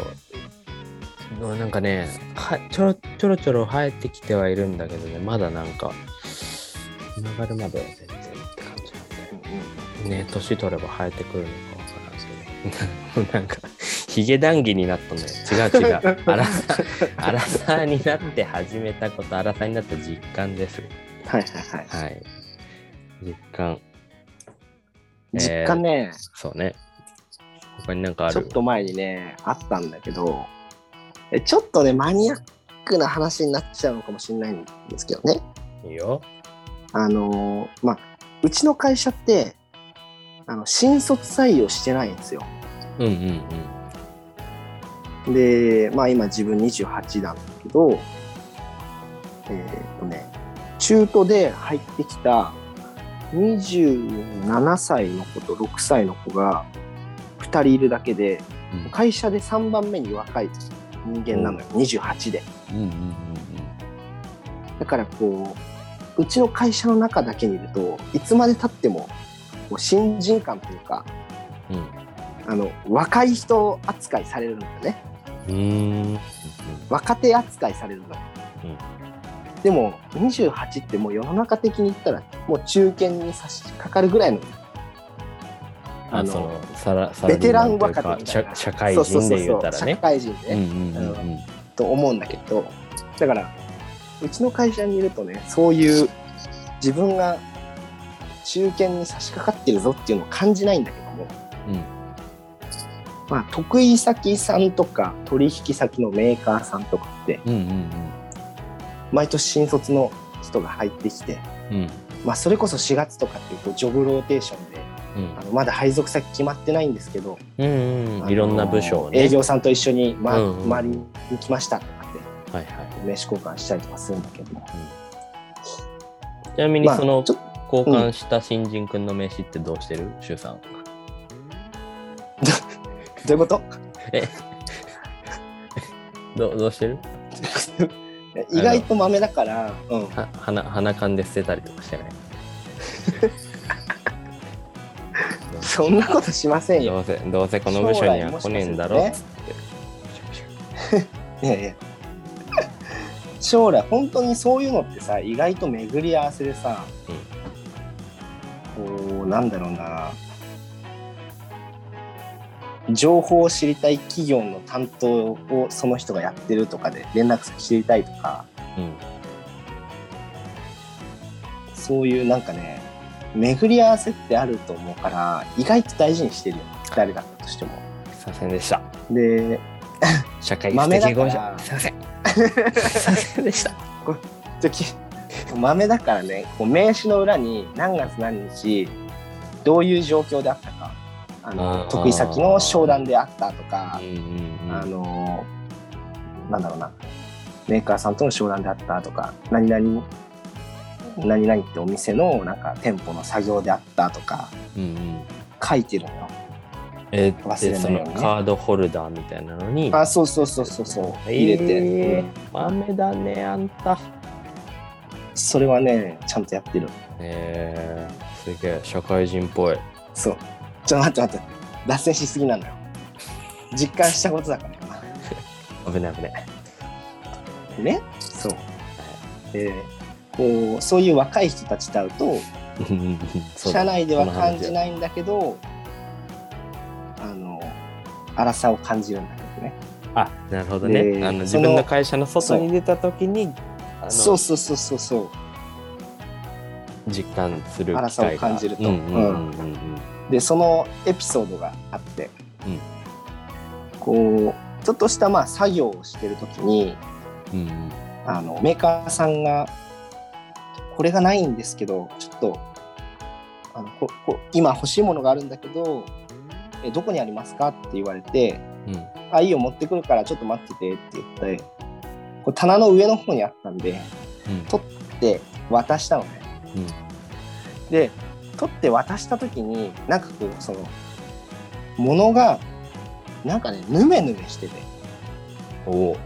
なんかね、はちょろちょろちょろ生えてきてはいるんだけどね、まだなんかつながるまでは全然って感じなんで、うん、ね、年取れば生えてくるのかわからんですけどなんかヒゲ談義になったのよ。違う違うアラサアラサーになって始めたこと、アラサーになった実感です。 はいはいはい、はい、 実感実感ね、 えー、そうね。他になんかある？ ちょっと前にねあったんだけど、えちょっとねマニアックな話になっちゃうのかもしれないんですけどね。 いいよ。 あのまあうちの会社ってあの新卒採用してないんですよ。うんうんうん。でまあ今自分にじゅうはちなんだけど、えー、っとね中途で入ってきたにじゅうななさいの子とろくさいの子がふたりいるだけで、うん、会社でさんばんめに若い人間なのよ、うん、にじゅうはちで、うんうんうんうん、だからこううちの会社の中だけにいるといつまで経ってももう新人感というか、うん、あの若い人扱いされるんだよね。うーん、若手扱いされるんだよ、うん、でもにじゅうはちってもう世の中的に言ったらもう中堅に差し掛かるぐらいのあのそのサラサラリーマンというかベテラン若手みたいな社会人で言ったらね、そうそうそう社会人で、ね、うんうんうんうん、と思うんだけど、だからうちの会社にいるとね、そういう自分が中堅に差し掛かってるぞっていうのを感じないんだけども、うん、まあ得意先さんとか取引先のメーカーさんとかって、うんうんうん、毎年新卒の人が入ってきて、うん、まあそれこそしがつとかっていうこうジョブローテーションで、うん、あのまだ配属先決まってないんですけど、うんうんうん、いろんな部署をね、営業さんと一緒に、まうんうん、回りに来ましたとかって、はいはい、名刺交換したりとかするんだけども、 うん、ちなみにその、まあ、交換した新人くんの名刺ってどうしてる？シュウさん。 どういうこと？ えど, どうしてる？ 意外と豆だから、 うん、は鼻鼻かんで捨てたりとかしてない？ そんなことしませんよ。 どうせどうせこの部署には来ねえんだろっつって。 いやいや。将来本当にそういうのってさ、意外と巡り合わせでさ、うん、こうなんだろうな、情報を知りたい企業の担当をその人がやってるとかで連絡先知りたいとか、うん、そういうなんかね巡り合わせってあると思うから意外と大事にしてるよ、誰だったとしても。 すいませんでした。 で社会不適合者、すいませんすいませんでした。 豆だからね、こう名刺の裏に何月何日どういう状況であったか、あのあ得意先の商談であったとか、うんうんうん、あのなんだろうな、メーカーさんとの商談であったとか、何々何々ってお店のなんか店舗の作業であったとか、うんうん、書いてるのよ。 えー、忘れないようにね、そのカードホルダーみたいなのに、 あ、そうそうそうそうそう、えー、入れて、 うん、豆だねあんた。 それはねちゃんとやってる。 えー、すげえ社会人っぽい。 そう、ちょっと待って待って、脱線しすぎなのよ。実感したことだから危ない危ないね。そう、えー、こうそういう若い人たちと会うと社内では感じないんだけど、あの荒さを感じるんだけどね。 あ、なるほどね。あの自分の会社の外に出た時にそうそうそうそうそう実感する機会が荒さを感じると、でそのエピソードがあって、うん、こうちょっとしたまあ作業をしてる時に、うん、あのメーカーさんがこれがないんですけどちょっとあのここ今欲しいものがあるんだけどえどこにありますかって言われて、うん、あ、いいよ持ってくるからちょっと待っててって言って、これ棚の上の方にあったんで、うん、取って渡したのね、うん、で取って渡した時になんかこうその物がなんかねヌメヌメしてて、お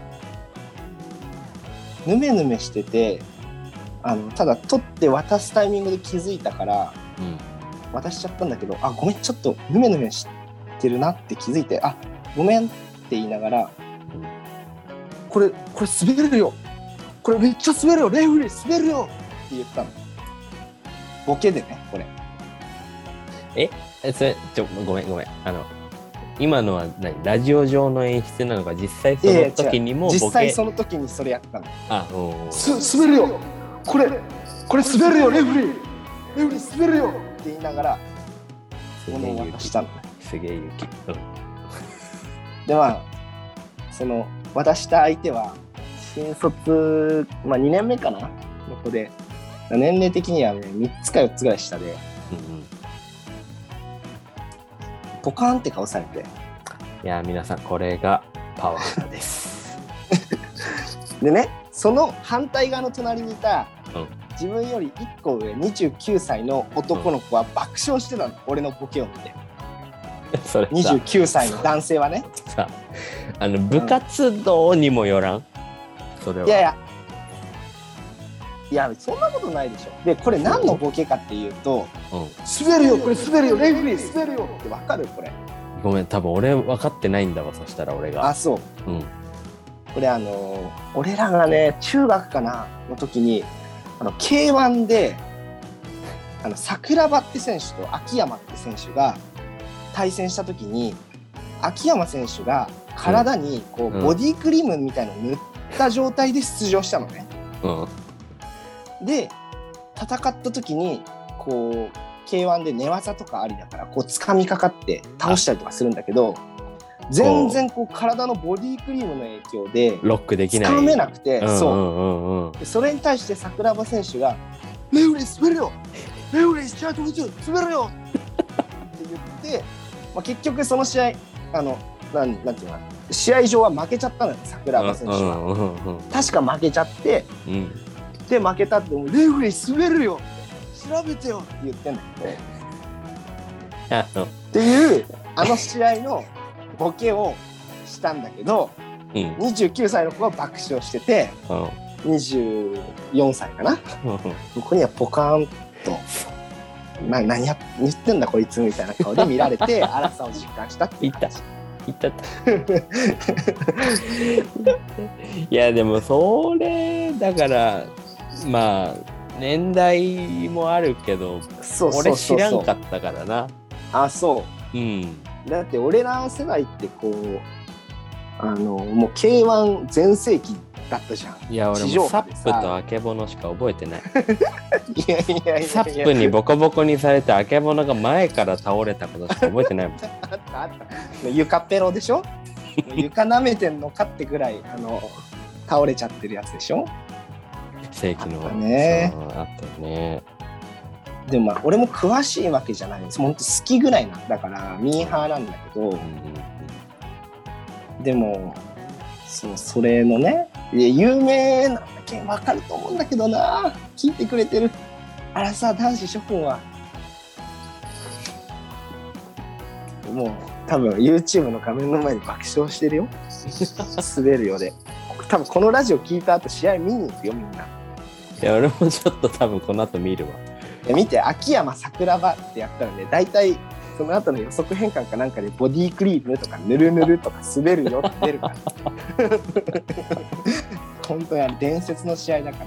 ヌメヌメしてて、あのただ取って渡すタイミングで気づいたから、うん、渡しちゃったんだけど、あ、ごめんちょっとヌメヌメしてるなって気づいて、あ、ごめんって言いながら、うん、これこれ滑るよ、これめっちゃ滑るよ、レフリー滑るよって言ったの。ボケでね、これ。 え、それちょごめんごめん、あの今のは何ラジオ上の演出なのか、実際その時にもボケ、 実際その時にそれやったの。 あ、おーす滑るよ、これこれ滑るよ、レフリーレフリー滑るよって言いながら物を渡したのね。 すげえ勇気、うん、 でまあその渡した相手は新卒、まあ、にねんめかなの子で、年齢的にはねみっつかよっつぐらい下で、うんうん、ポカーンって顔されて、 いや皆さんこれがパワーですでね、その反対側の隣にいた自分よりいっこ上にじゅうきゅうさいの男の子は爆笑してたの、俺のボケを見て。 それさにじゅうきゅうさいの男性はね。 さあの部活動にもよらん、それは。 いやいやいやそんなことないでしょ。でこれ何のボケかっていうと、 うん、 滑るよこれ滑るよレフリー滑るよって分かるこれ。 ごめん多分俺分かってないんだわ、そしたら俺が。 あそう、 うん、 これあのー、俺らがね中学かなの時にあの ケーワン であの桜庭って選手と秋山って選手が対戦した時に、秋山選手が体にこう、うん、ボディクリームみたいのを塗った状態で出場したのね、うん、で戦った時にこう ケーワン で寝技とかありだからこう掴みかかって倒したりとかするんだけど、全然こう体のボディクリームの影響でロックできない掴めなくて、 うんうんうんうん、 そうでそれに対して桜庭選手がレフリー滑るよレフリーちゃんと滑るよって言って、まあ、結局その試合あのなんなんていうのかな、試合上は負けちゃったのよ桜庭選手は、うんうんうんうん、確か負けちゃって、うん、で負けたってレフリー滑るよ調べてよって言ってんだけどっていうあの試合のボケをしたんだけど、うん、にじゅうきゅうさいの子は爆笑してて、うん、にじゅうよんさいかな、うん、ここにはポカーンとな何や言ってんだこいつみたいな顔で見られて荒さを実感したっていう話。 言った言ったいやでもそれだからまあ年代もあるけど、そうそうそうそう俺知らんかったからな。 あそう、 うん、 だって俺ら世代ってこうあのもう ケーワン 全盛期だったじゃん。 いや俺もサップとあけぼのしか覚えてないいやいやいやいやサップにボコボコにされてあけぼのが前から倒れたことしか覚えてないもんあったあった床っぺろでしょ床舐めてんのかってぐらいあの倒れちゃってるやつでしょ。 世紀のあったね。 あったね。 でもまあ俺も詳しいわけじゃないんです。本当好きぐらいなんだからミーハーなんだけど、うん、でもそうそれのね有名な件分かると思うんだけどな、聞いてくれてるあらさ男子諸君はもう多分 YouTube の画面の前に爆笑してるよ滑るよで多分このラジオ聞いた後試合見に行くよみんな。 いや俺もちょっと多分この後見るわ。 いや見て秋山桜庭ってやったらね大体その後の予測変換かなんかでボディクリームとかぬるぬるとか滑るよって出るから本当に伝説の試合だ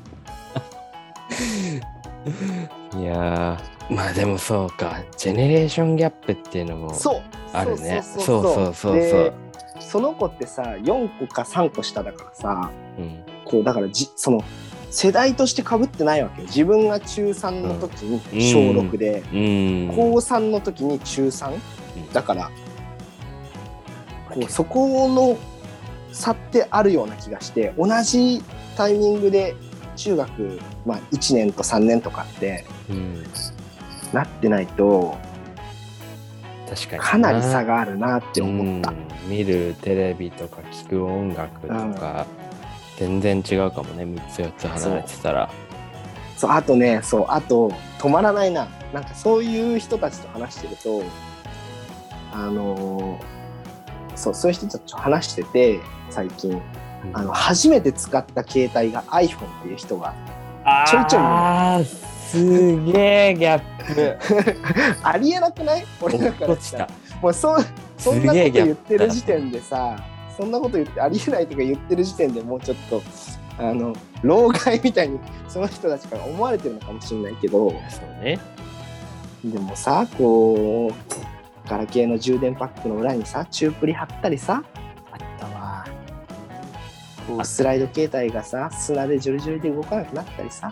からいやまあでもそうかジェネレーションギャップっていうのもあるね。そうそうそうそうそうその子ってさよんこかさんこ下だからさ、うん、こうだからじその世代として被ってないわけよ。自分が中さんの時にしょうろくで、うん、高さんの時に中さん、うん、だからこうそこの差ってあるような気がして、同じタイミングで中学、まあ、いちねんとさんねんとかって、うん、なってないと確かにかなり差があるなって思った、 うん、見るテレビとか聞く音楽とか、うん、全然違うかもね。みっつよっつ離れてたら。 そう、あとねそうあと止まらないな。なんかそういう人たちと話してるとあのー、そうそういう人たちと話してて最近、うん、あの初めて使った携帯が iPhone っていう人がちょいちょいいる。 あーすげえギャップありえなくない？俺だからさもう そ, そんなこと言ってる時点でさそんなこと言ってありえないとか言ってる時点でもうちょっとあの老害みたいにその人たちから思われてるのかもしれないけど、 そうね。 でもさこうガラケーの充電パックの裏にさチュープリ貼ったりさあったわ。 こうスライド携帯がさ砂でジョリジョリで動かなくなったりさ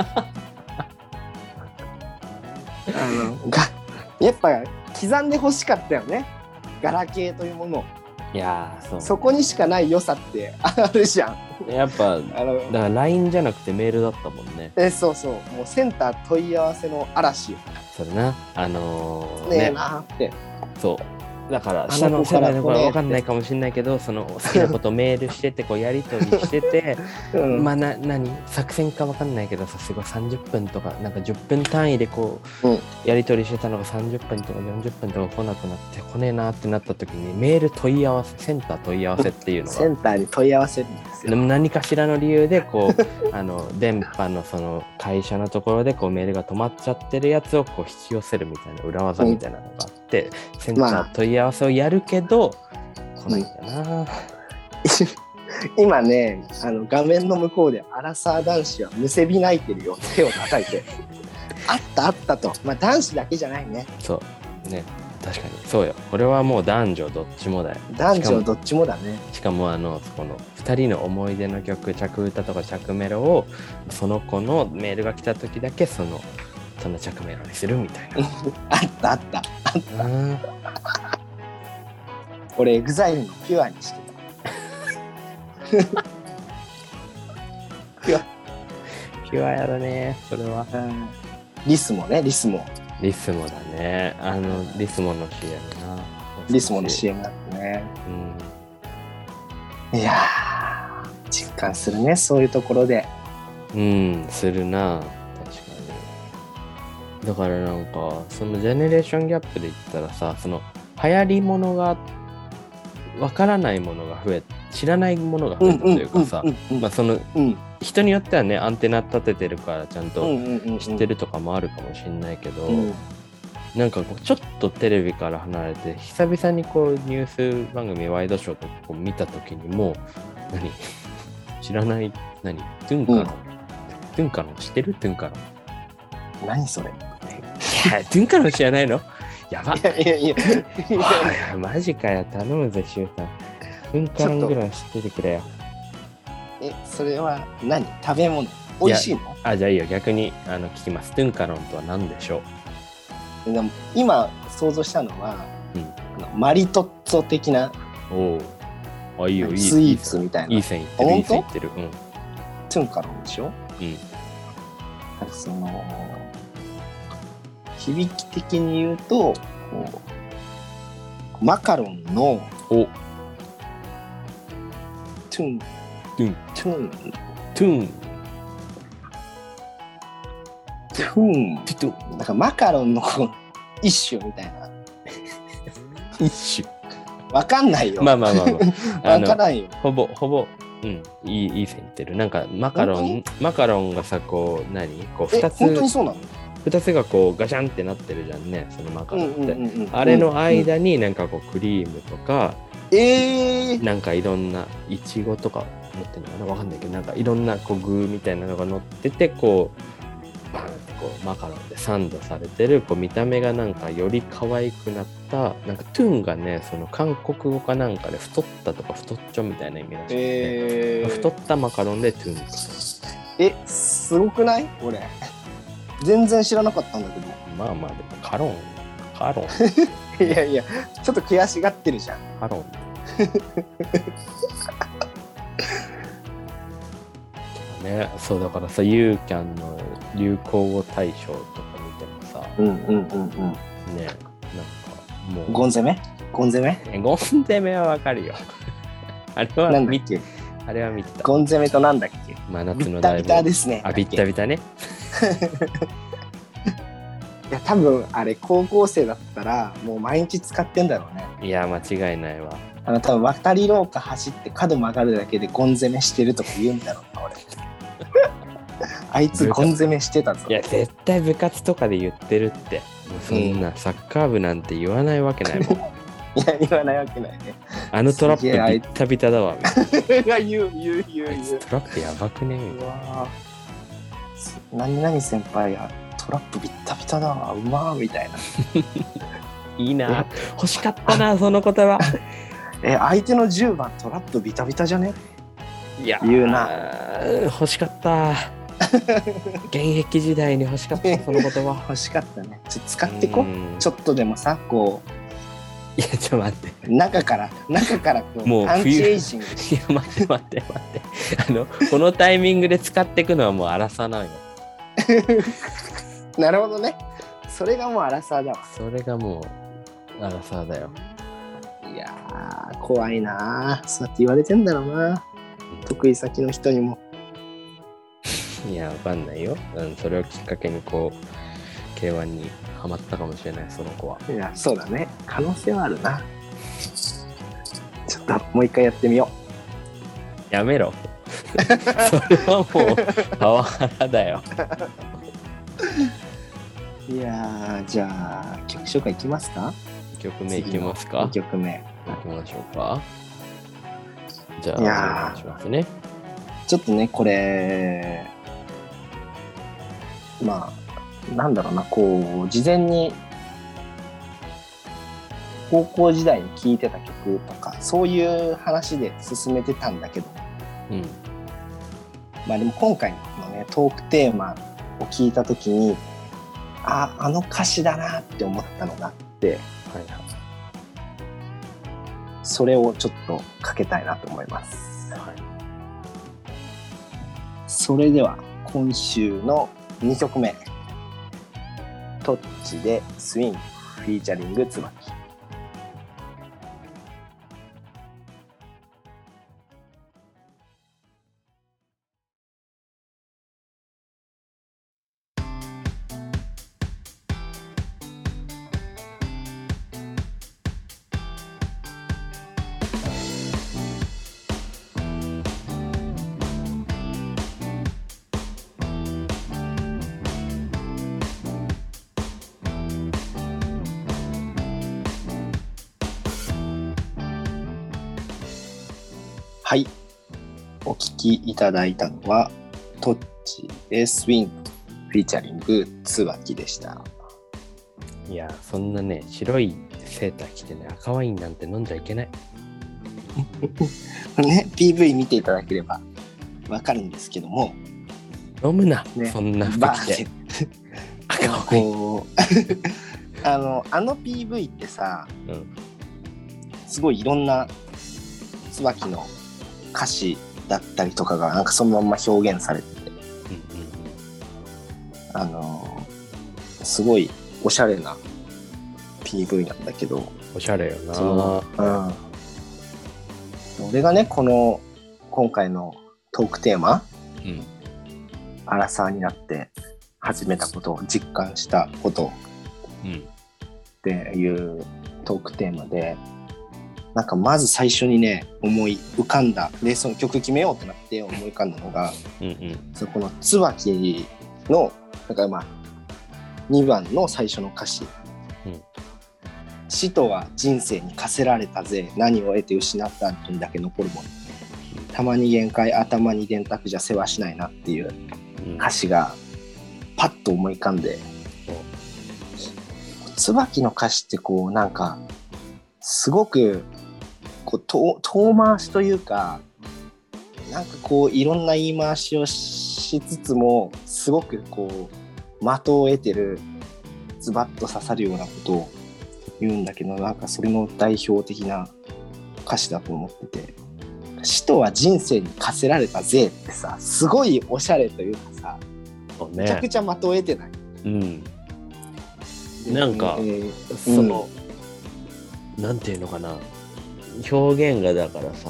あのがやっぱ刻んで欲しかったよねガラケーというものを。 いや そ, そこにしかない良さってあるじゃん。 やっぱあのだから ライン じゃなくてメールだったもんね。 えそうそうもうセンター問い合わせの嵐よ。 それなあのー、 ねえなってそうだから下の世代の子は分かんないかもしれないけど、その好きなことメールしててこうやり取りしてて、うん、まあな何作戦か分かんないけどさ、すごいさんじゅっぷんとかなんかじゅっぷん単位でこう、うん、やり取りしてたのがさんじゅっぷんとかよんじゅっぷんとか来なくなって来ねえなってなった時にメール問い合わせセンター問い合わせっていうのがセンターに問い合わせるんですよ。 何かしらの理由でこうあの電波のその会社のところでこうメールが止まっちゃってるやつをこう引き寄せるみたいな裏技みたいなのがあって、うん、センター問い合わせをやるけど、まあ、来ないんだな、うん、 今ねあの画面の向こうでアラサー男子はむせび泣いてるよ、手を叩いてあったあったと。まあ男子だけじゃないね。 そうね、確かにそうよ。これはもう男女どっちもだよ。 男女どっちもだね。 しかもあのこのふたりの思い出の曲着歌とか着メロをその子のメールが来た時だけそのその着メロにするみたいなあったあったあった俺エグザイルのピュアにしてたピュアピュアやだねそれは、うん、 リスモねリスモリスモだね。あのリスモの シーエム な。 リスモの シーエム だったね。うん、いやー実感するねそういうところで。 うんするな確かに。だからなんかそのジェネレーションギャップで言ったらさ、その流行りものがわからないものが増え知らないものが増えたというかさ、まあその、うん、人によってはねアンテナ立ててるからちゃんと知ってるとかもあるかもしれないけど、うんうんうん、なんかこうちょっとテレビから離れて久々にこうニュース番組ワイドショーとかこう見た時にもう何知らない何トゥンカロン、うん、トゥンカロン知ってるトゥンカロン何それいやトゥンカロン知らないのやばいやいやいやマジかよ頼むぜシュウさんトゥンカロンぐらい知っててくれよ。 えそれは何食べ物美味しいの？ あじゃあいいよ逆にあの聞きます。トゥンカロンとは何でしょう？今想像したのは、うん、あのマリトッツォ的なおあいいよいいスイーツみたいな。 いい線いってるいい線いってる、うん、 トゥンカロンでしょ？うん。その響き的に言うとこうマカロンのおトゥントゥントゥントゥントゥントゥンだからマカロンの一種みたいな一種わかんないよ。 まあまあまあ、まあ、 わからんよ。 ほぼほぼうんいいいい線いってる。なんかマカロンマカロンがさこう何こうふたつ本当にそうなの？ ふたつがこうガシャンってなってるじゃんねそのマカロンって、うんうんうんうん、あれの間になんかこうクリームとか、 えー、 なんかいろんないちごとか乗ってるのかなわかんないけどなんかいろんなこう具みたいなのが乗っててこうバーンってこうマカロンでサンドされてるこう見た目がなんかより可愛くなったなんかトゥンがねその韓国語かなんかで太ったとか太っちょみたいな意味らしくて、えー、太ったマカロンでトゥンえすごくない俺全然知らなかったんだけど。 まあまあでもカロンカロンいやいやちょっと悔しがってるじゃんカロンね、そうだからさユーキャンの流行語大賞とか見てもさうんうんうんうんねなんかもうゴン攻めゴン攻めゴン攻めはわかるよあれは見てあれは見てた。 ゴン攻めとなんだっけ真夏の大ビッタビタですね。 あビッタビタねいや多分あれ高校生だったらもう毎日使ってんだろうね。 いや間違いないわ。 あの多分渡り廊下走って角曲がるだけでゴン攻めしてるとか言うんだろうな俺あいつゴン攻めしてたぞ。 いや絶対部活とかで言ってるって。もうそんなサッカー部なんて言わないわけないもん、うん、いや言わないわけないね。 あのトラップビッタビタだわみたいな言う言う言う言うトラップやばくねみたいな。 何々先輩やトラップビッタビタだわうまーみたいないいな欲しかったなその言葉え相手のじゅうばんトラップビタビタじゃねいや言うな欲しかった現役時代に欲しかったその言葉欲しかったね。ちょっと使ってこちょっとでもさこういやちょっと待って中から中からこうもうアンチエイジングいや待って待って待ってあのこのタイミングで使っていくのはもうアラサーなのよなるほどね。それがもうアラサーだわ。 それがもうアラサーだよ。 ー怖いな。そうやって言われてんだろうな、得意先の人にも。 いや、わかんないよ、うん、それをきっかけにこう ケーワン にハマったかもしれない、その子は。 いや、そうだね、可能性はあるな。ちょっともう一回やってみよやめろそれはもうパワハラだよ。 う。いやー、じゃあ曲紹介いきますか。 いっきょくめいきますか。 いっきょくめいきましょうか。じゃあいやーお願いしますね。 ちょっとね、これまあなんだろうな、こう事前に高校時代に聴いてた曲とかそういう話で進めてたんだけど、 うん、 まあでも今回のねトークテーマを聞いた時に、ああの歌詞だなって思ったのがあって、 はいはい、 それをちょっとかけたいなと思います、 はい、 それでは今週のにきょくめ、トッチでスイングフィーチャリング椿。はい、お聞きいただいたのはトッチでスイングフィーチャリング椿でした。 いや、そんなね、白いセーター着てね、赤ワインなんて飲んじゃいけないね、ピーブイ 見ていただければわかるんですけども、 飲むな、 ね、 そんな服着て赤ワインこうあのあの ピーブイ ってさ、 うん、 すごいいろんな椿の歌詞だったりとかがなんかそのまんま表現されてて、 うんうんあのすごいおしゃれな ピーブイ なんだけど、 おしゃれよな。 その、うん、俺がねこの今回のトークテーマ、 うん、 アラサーになって始めたことを実感したことっていうトークテーマで、なんかまず最初にね思い浮かんだで、その曲決めようってなって思い浮かんだのが、 うんうん、 そこの椿のなんかまあにばんの最初の歌詞、うん、死とは人生に課せられたぜ、何を得て失った後にだけ残るもの、たまに限界頭に電卓じゃ世話しないなっていう歌詞がパッと思い浮かんで、うん、椿の歌詞ってこうなんかすごくこう遠回しというか、なんかこういろんな言い回しをしつつもすごくこう的を得てる、ズバッと刺さるようなことを言うんだけど、なんかそれの代表的な歌詞だと思ってて、死とは人生に課せられたぜってさ、すごいおしゃれというかさ、ね、めちゃくちゃ的を得てない、うん、 なんか、えー、その、うん、なんていうのかな、表現がだからさ、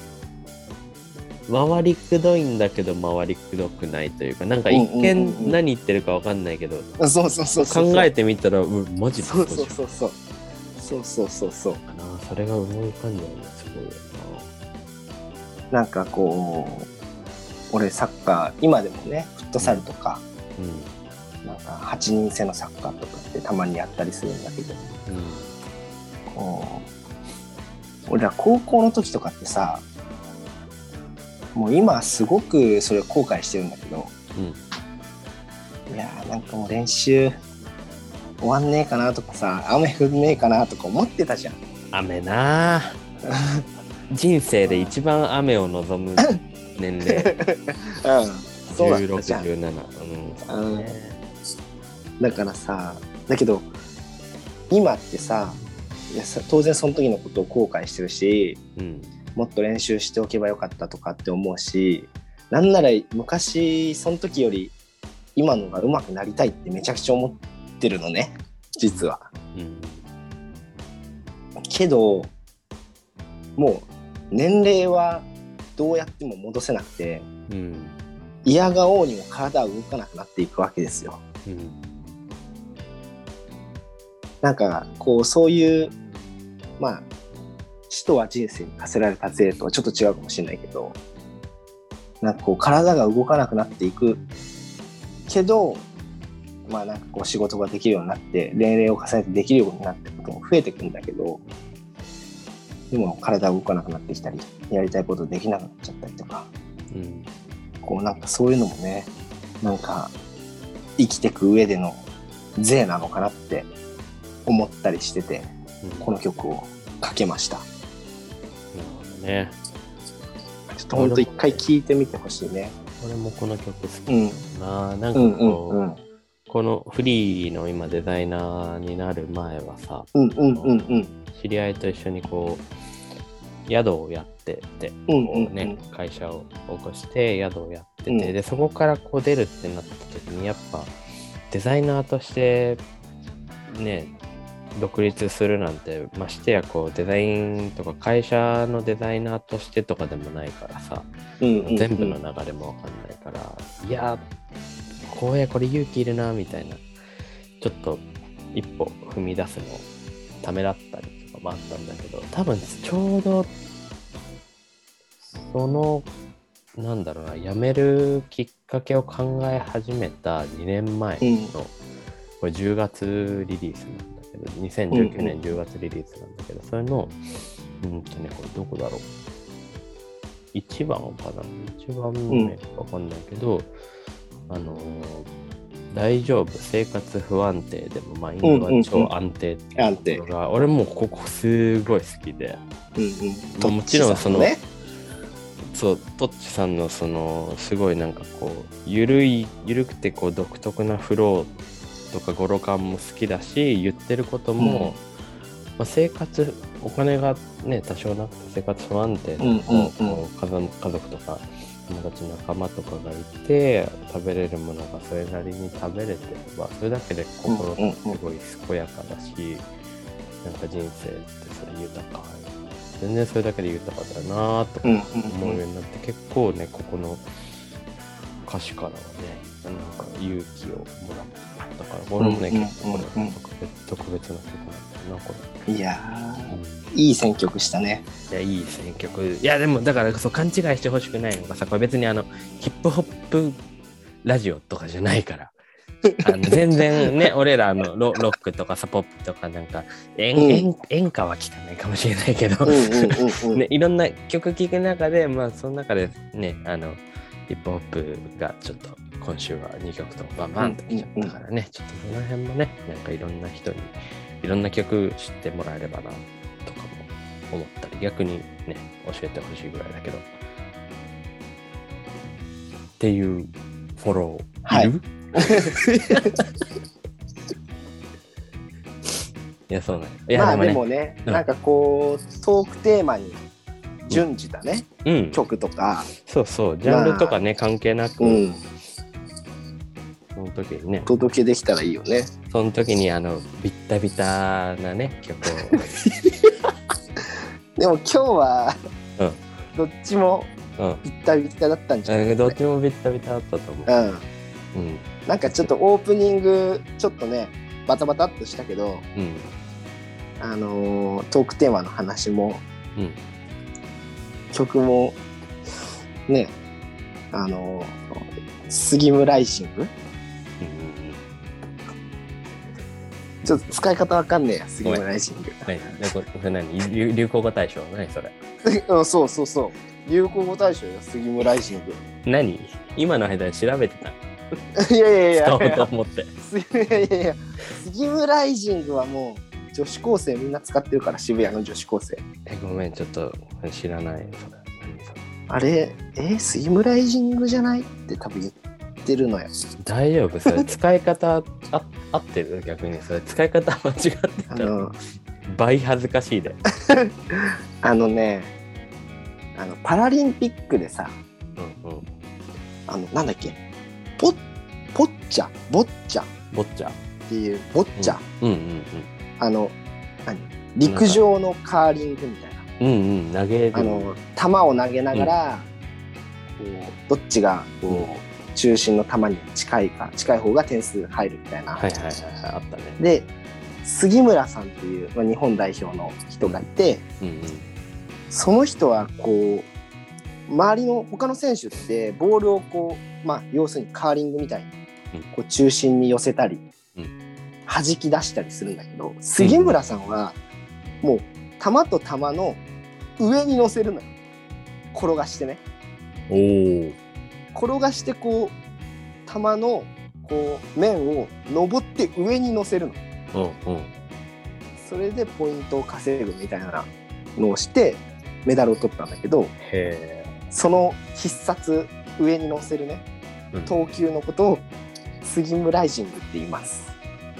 回りくどいんだけど回りくどくないというか、なんか一見何言ってるか分かんないけど、うんうんうんうん、そうそうそうそう、考えてみたら、うん、マジでそうそうそうそうそうそうそうそうかな、それが思い浮かんだよね、すごいよな。なんかこう俺サッカー今でもねフットサルとか、うん、なんかはちにん制のサッカーとかってたまにやったりするんだけど、うん、こう俺ら高校の時とかってさ、もう今すごくそれを後悔してるんだけど、うん、いやーなんかもう練習終わんねえかなとかさ、雨降んねえかなとか思ってたじゃん。 雨な人生で一番雨を望む年齢、うん、そうだったじゃん。じゅうろく、じゅうなな、うん、うん、 だからさ、だけど今ってさ、いや当然その時のことを後悔してるし、うん、もっと練習しておけばよかったとかって思うし、なんなら昔その時より今のが上手くなりたいってめちゃくちゃ思ってるのね、実は、うん、けどもう年齢はどうやっても戻せなくて、 うん、 嫌がおうにも体は動かなくなっていくわけですよ。 うん、 なんかこうそういうまあ死とは人生に課せられた税とはちょっと違うかもしれないけど、なんかこう体が動かなくなっていくけど、まあなんかこう仕事ができるようになって年齢を重ねてできるようになってことも増えてくんだけど、でも体が動かなくなってきたり、やりたいことできなくなっちゃったりとか、うん、こうなんかそういうのもね、なんか生きてく上での税なのかなって思ったりしてて、うん、この曲をかけました。なるほどね。 ちょっと本当一回聴いてみてほしいね。 俺もこの曲好きだな、うん、なんかこう、うんうんうん、このフリーの今デザイナーになる前はさ、うんうんうんうん、知り合いと一緒にこう宿をやってて、うんうんうんね、会社を起こして宿をやってて、うん、でそこからこう出るってなった時にやっぱデザイナーとしてね独立するなんて、ましてやこうデザインとか会社のデザイナーとしてとかでもないからさ、うんうんうん、全部の流れもわかんないから、いやこうやこれ勇気いるなみたいな、ちょっと一歩踏み出すのためらったりとかもあったんだけど、多分ちょうどそのなんだろうな、辞めるきっかけを考え始めたにねんまえの、うん、これじゅうがつリリースなんだけど、にせんじゅうきゅうねんじゅうがつリリースなんだけど、それのうんとねこれどこだろう、いちばんかな、いちばんめかわかんないけど、うん、あのー、大丈夫生活不安定でもマインドは超安定っていうところが、うんうんうん、俺もここすごい好きで、うんうん、もちろんそのそうトッチさんのそのすごいなんかこうゆるいゆるくてこう独特なフローとか語呂感も好きだし、言ってることも、うんまあ、生活お金がね多少なくて生活不安定でも、うんうんうん、家族とか友達仲間とかがいて食べれるものがそれなりに食べれてればそれだけで心がすごい健やかだし、うんうんうん、なんか人生ってそれ豊か、全然それだけで豊かだなとか思うようになって、うんうんうん、結構ねここの歌詞からはねなんか勇気をもらったから、俺もね、うんうんうんうん、結構これ特別、特別な曲なんだなこれ。いやー、うん、いい選曲したね。 いやいい選曲。いやでもだからそう勘違いしてほしくないのがさ、これ別にあのヒップホップラジオとかじゃないからあの全然ね俺らの ロ, ロックとかさポップとかなんか演、うん、演, 演歌は聞かないかもしれないけど、うんうんうんうんね、いろんな曲聴く中でまあその中でねあのヒップホップがちょっと今週はにきょくとバンバンと来ちゃったからね、うんうんうん、ちょっとその辺もねなんかいろんな人にいろんな曲知ってもらえればなとかも思ったり、逆にね教えてほしいぐらいだけどっていうフォローいる？いやそうなんいやまあでも ね, でもね、うん、なんかこうトークテーマに準じたね、うん、曲とかそうそうジャンルとかね、まあ、関係なく、うん、その時にねお届けできたらいいよね。 その時にあのビッタビタなね曲をでも今日は、うん、どっちもビッタビタだったんじゃない、 うん、どっちもビッタビタだったと思う、うんうん、なんかちょっとオープニングちょっとねバタバタっとしたけど、うん、あのー、トークテーマの話も、うん、曲もねあのー、スギムライジング、うん、ちょっと使い方わかんねえやスギムライジング何流, 流行語大賞何それうんそうそうそう流行語大賞よスギムライジング。 何今の間に調べてたいやいやいや使おうと思っていやいやいやスギムライジングはもう女子高生みんな使ってるから、渋谷の女子高生。 えごめんちょっと知らない。それ何それあれえスギムライジングじゃないって多分言ってるのよ。 大丈夫それ使い方あ合ってる？逆にそれ使い方間違ってたら倍恥ずかしいであのねあのパラリンピックでさ、うんうん、あのなんだっけポッポッチャボッチャボッチャっていうボッチャ、 うんうんうんうん、 あの何陸上のカーリングみたいなうんうん、投げる。 あの球を投げながら、うん、こうどっちがこう、うん、中心の球に近いか近い方が点数入るみたいな。 はいはいはいはい、あったね。 で杉村さんっていう、まあ、日本代表の人がいて、うんうんうん、その人はこう周りの他の選手ってボールをこう、まあ、要するにカーリングみたいにこう中心に寄せたり、うん、弾き出したりするんだけど、杉村さんはもう球と球の上に乗せるのよ。転がしてね。 おー。 転がしてこう球のこう面を登って上に乗せるの。うんうん、それでポイントを稼ぐみたいなのをしてメダルを取ったんだけど、へー、その必殺上に乗せるね、うん、投球のことをスギムライジングって言います。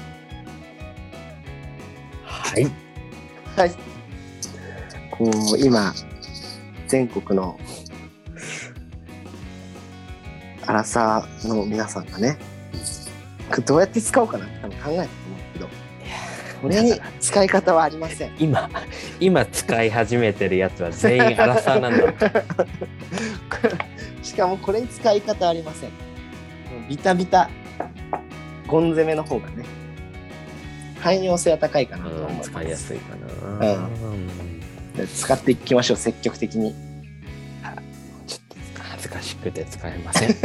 はいはい。こう今全国のアラサーの皆さんがね、どうやって使おうかなって多分考えたと思うけど、これに使い方はありません。 今今使い始めてるやつは全員アラサーなんだ。 しかもこれに使い方ありません。ビタビタゴン攻めの方がね、汎用性は高いかなと思います。 使いやすいかな、うんうん、使っていきましょう、積極的に。 ちょっと恥ずかしくて使えません。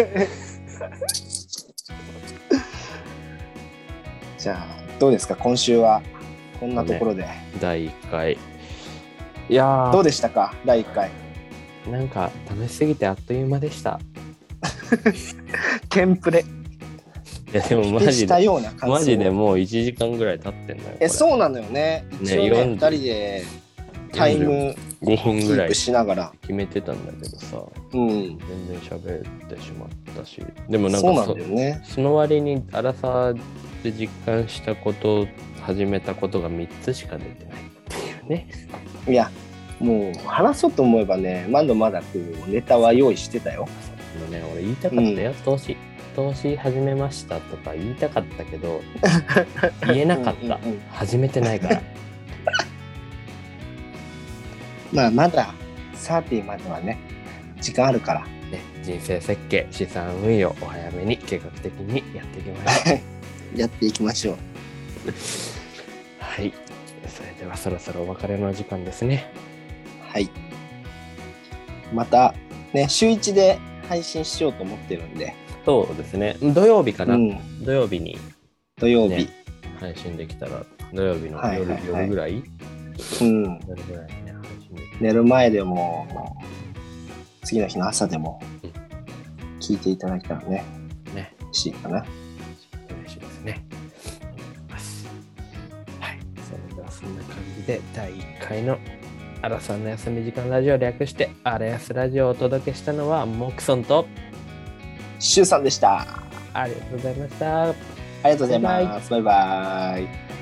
じゃあどうですか、今週はこんなところで、ね、 だいいっかい、いやどうでしたかだいいっかい。 なんか試しすぎてあっという間でした。 ケンプレ。 いやでもマジでマジでもういちじかんぐらい経ってんのよ。 え、そうなのよね。一応ね、ねふたりでタイムごふんぐらいしながら決めてたんだけどさ、 うん、 全然喋ってしまったし、でもなんかそ, うなんだよ、ね、 その割にアラサーで実感したこと始めたことがみっつしか出てないっていうね。 いやもう話そうと思えばね、まだまだこうネタは用意してたよ。 あのね、俺言いたかったよ、うん、投資投資始めましたとか言いたかったけど言えなかった。うんうん、うん、始めてないから。 まあまださんじゅうまではね時間あるから、 ね、人生設計、資産運用お早めに計画的にやっていきましょう。やっていきましょう。 はい、それではそろそろお別れの時間ですね。 はい。またね週いちで配信しようと思ってるんで。 そうですね。土曜日かな。うん、土曜日に、ね、 土曜日配信できたら土曜日の夜、はいはいはい、夜ぐらい。 うん。夜ぐらいね配信できたら。寝る前でも次の日の朝でも聞いていただけたらね。ね。嬉しいかな。 嬉しいですね。はい。それではそんな感じでだいいっかいのアラさんの休み時間ラジオ略してアラヤスラジオをお届けしたのはモクソンとシュウさんでした。 ありがとうございました。ありがとうございます。バイバイ。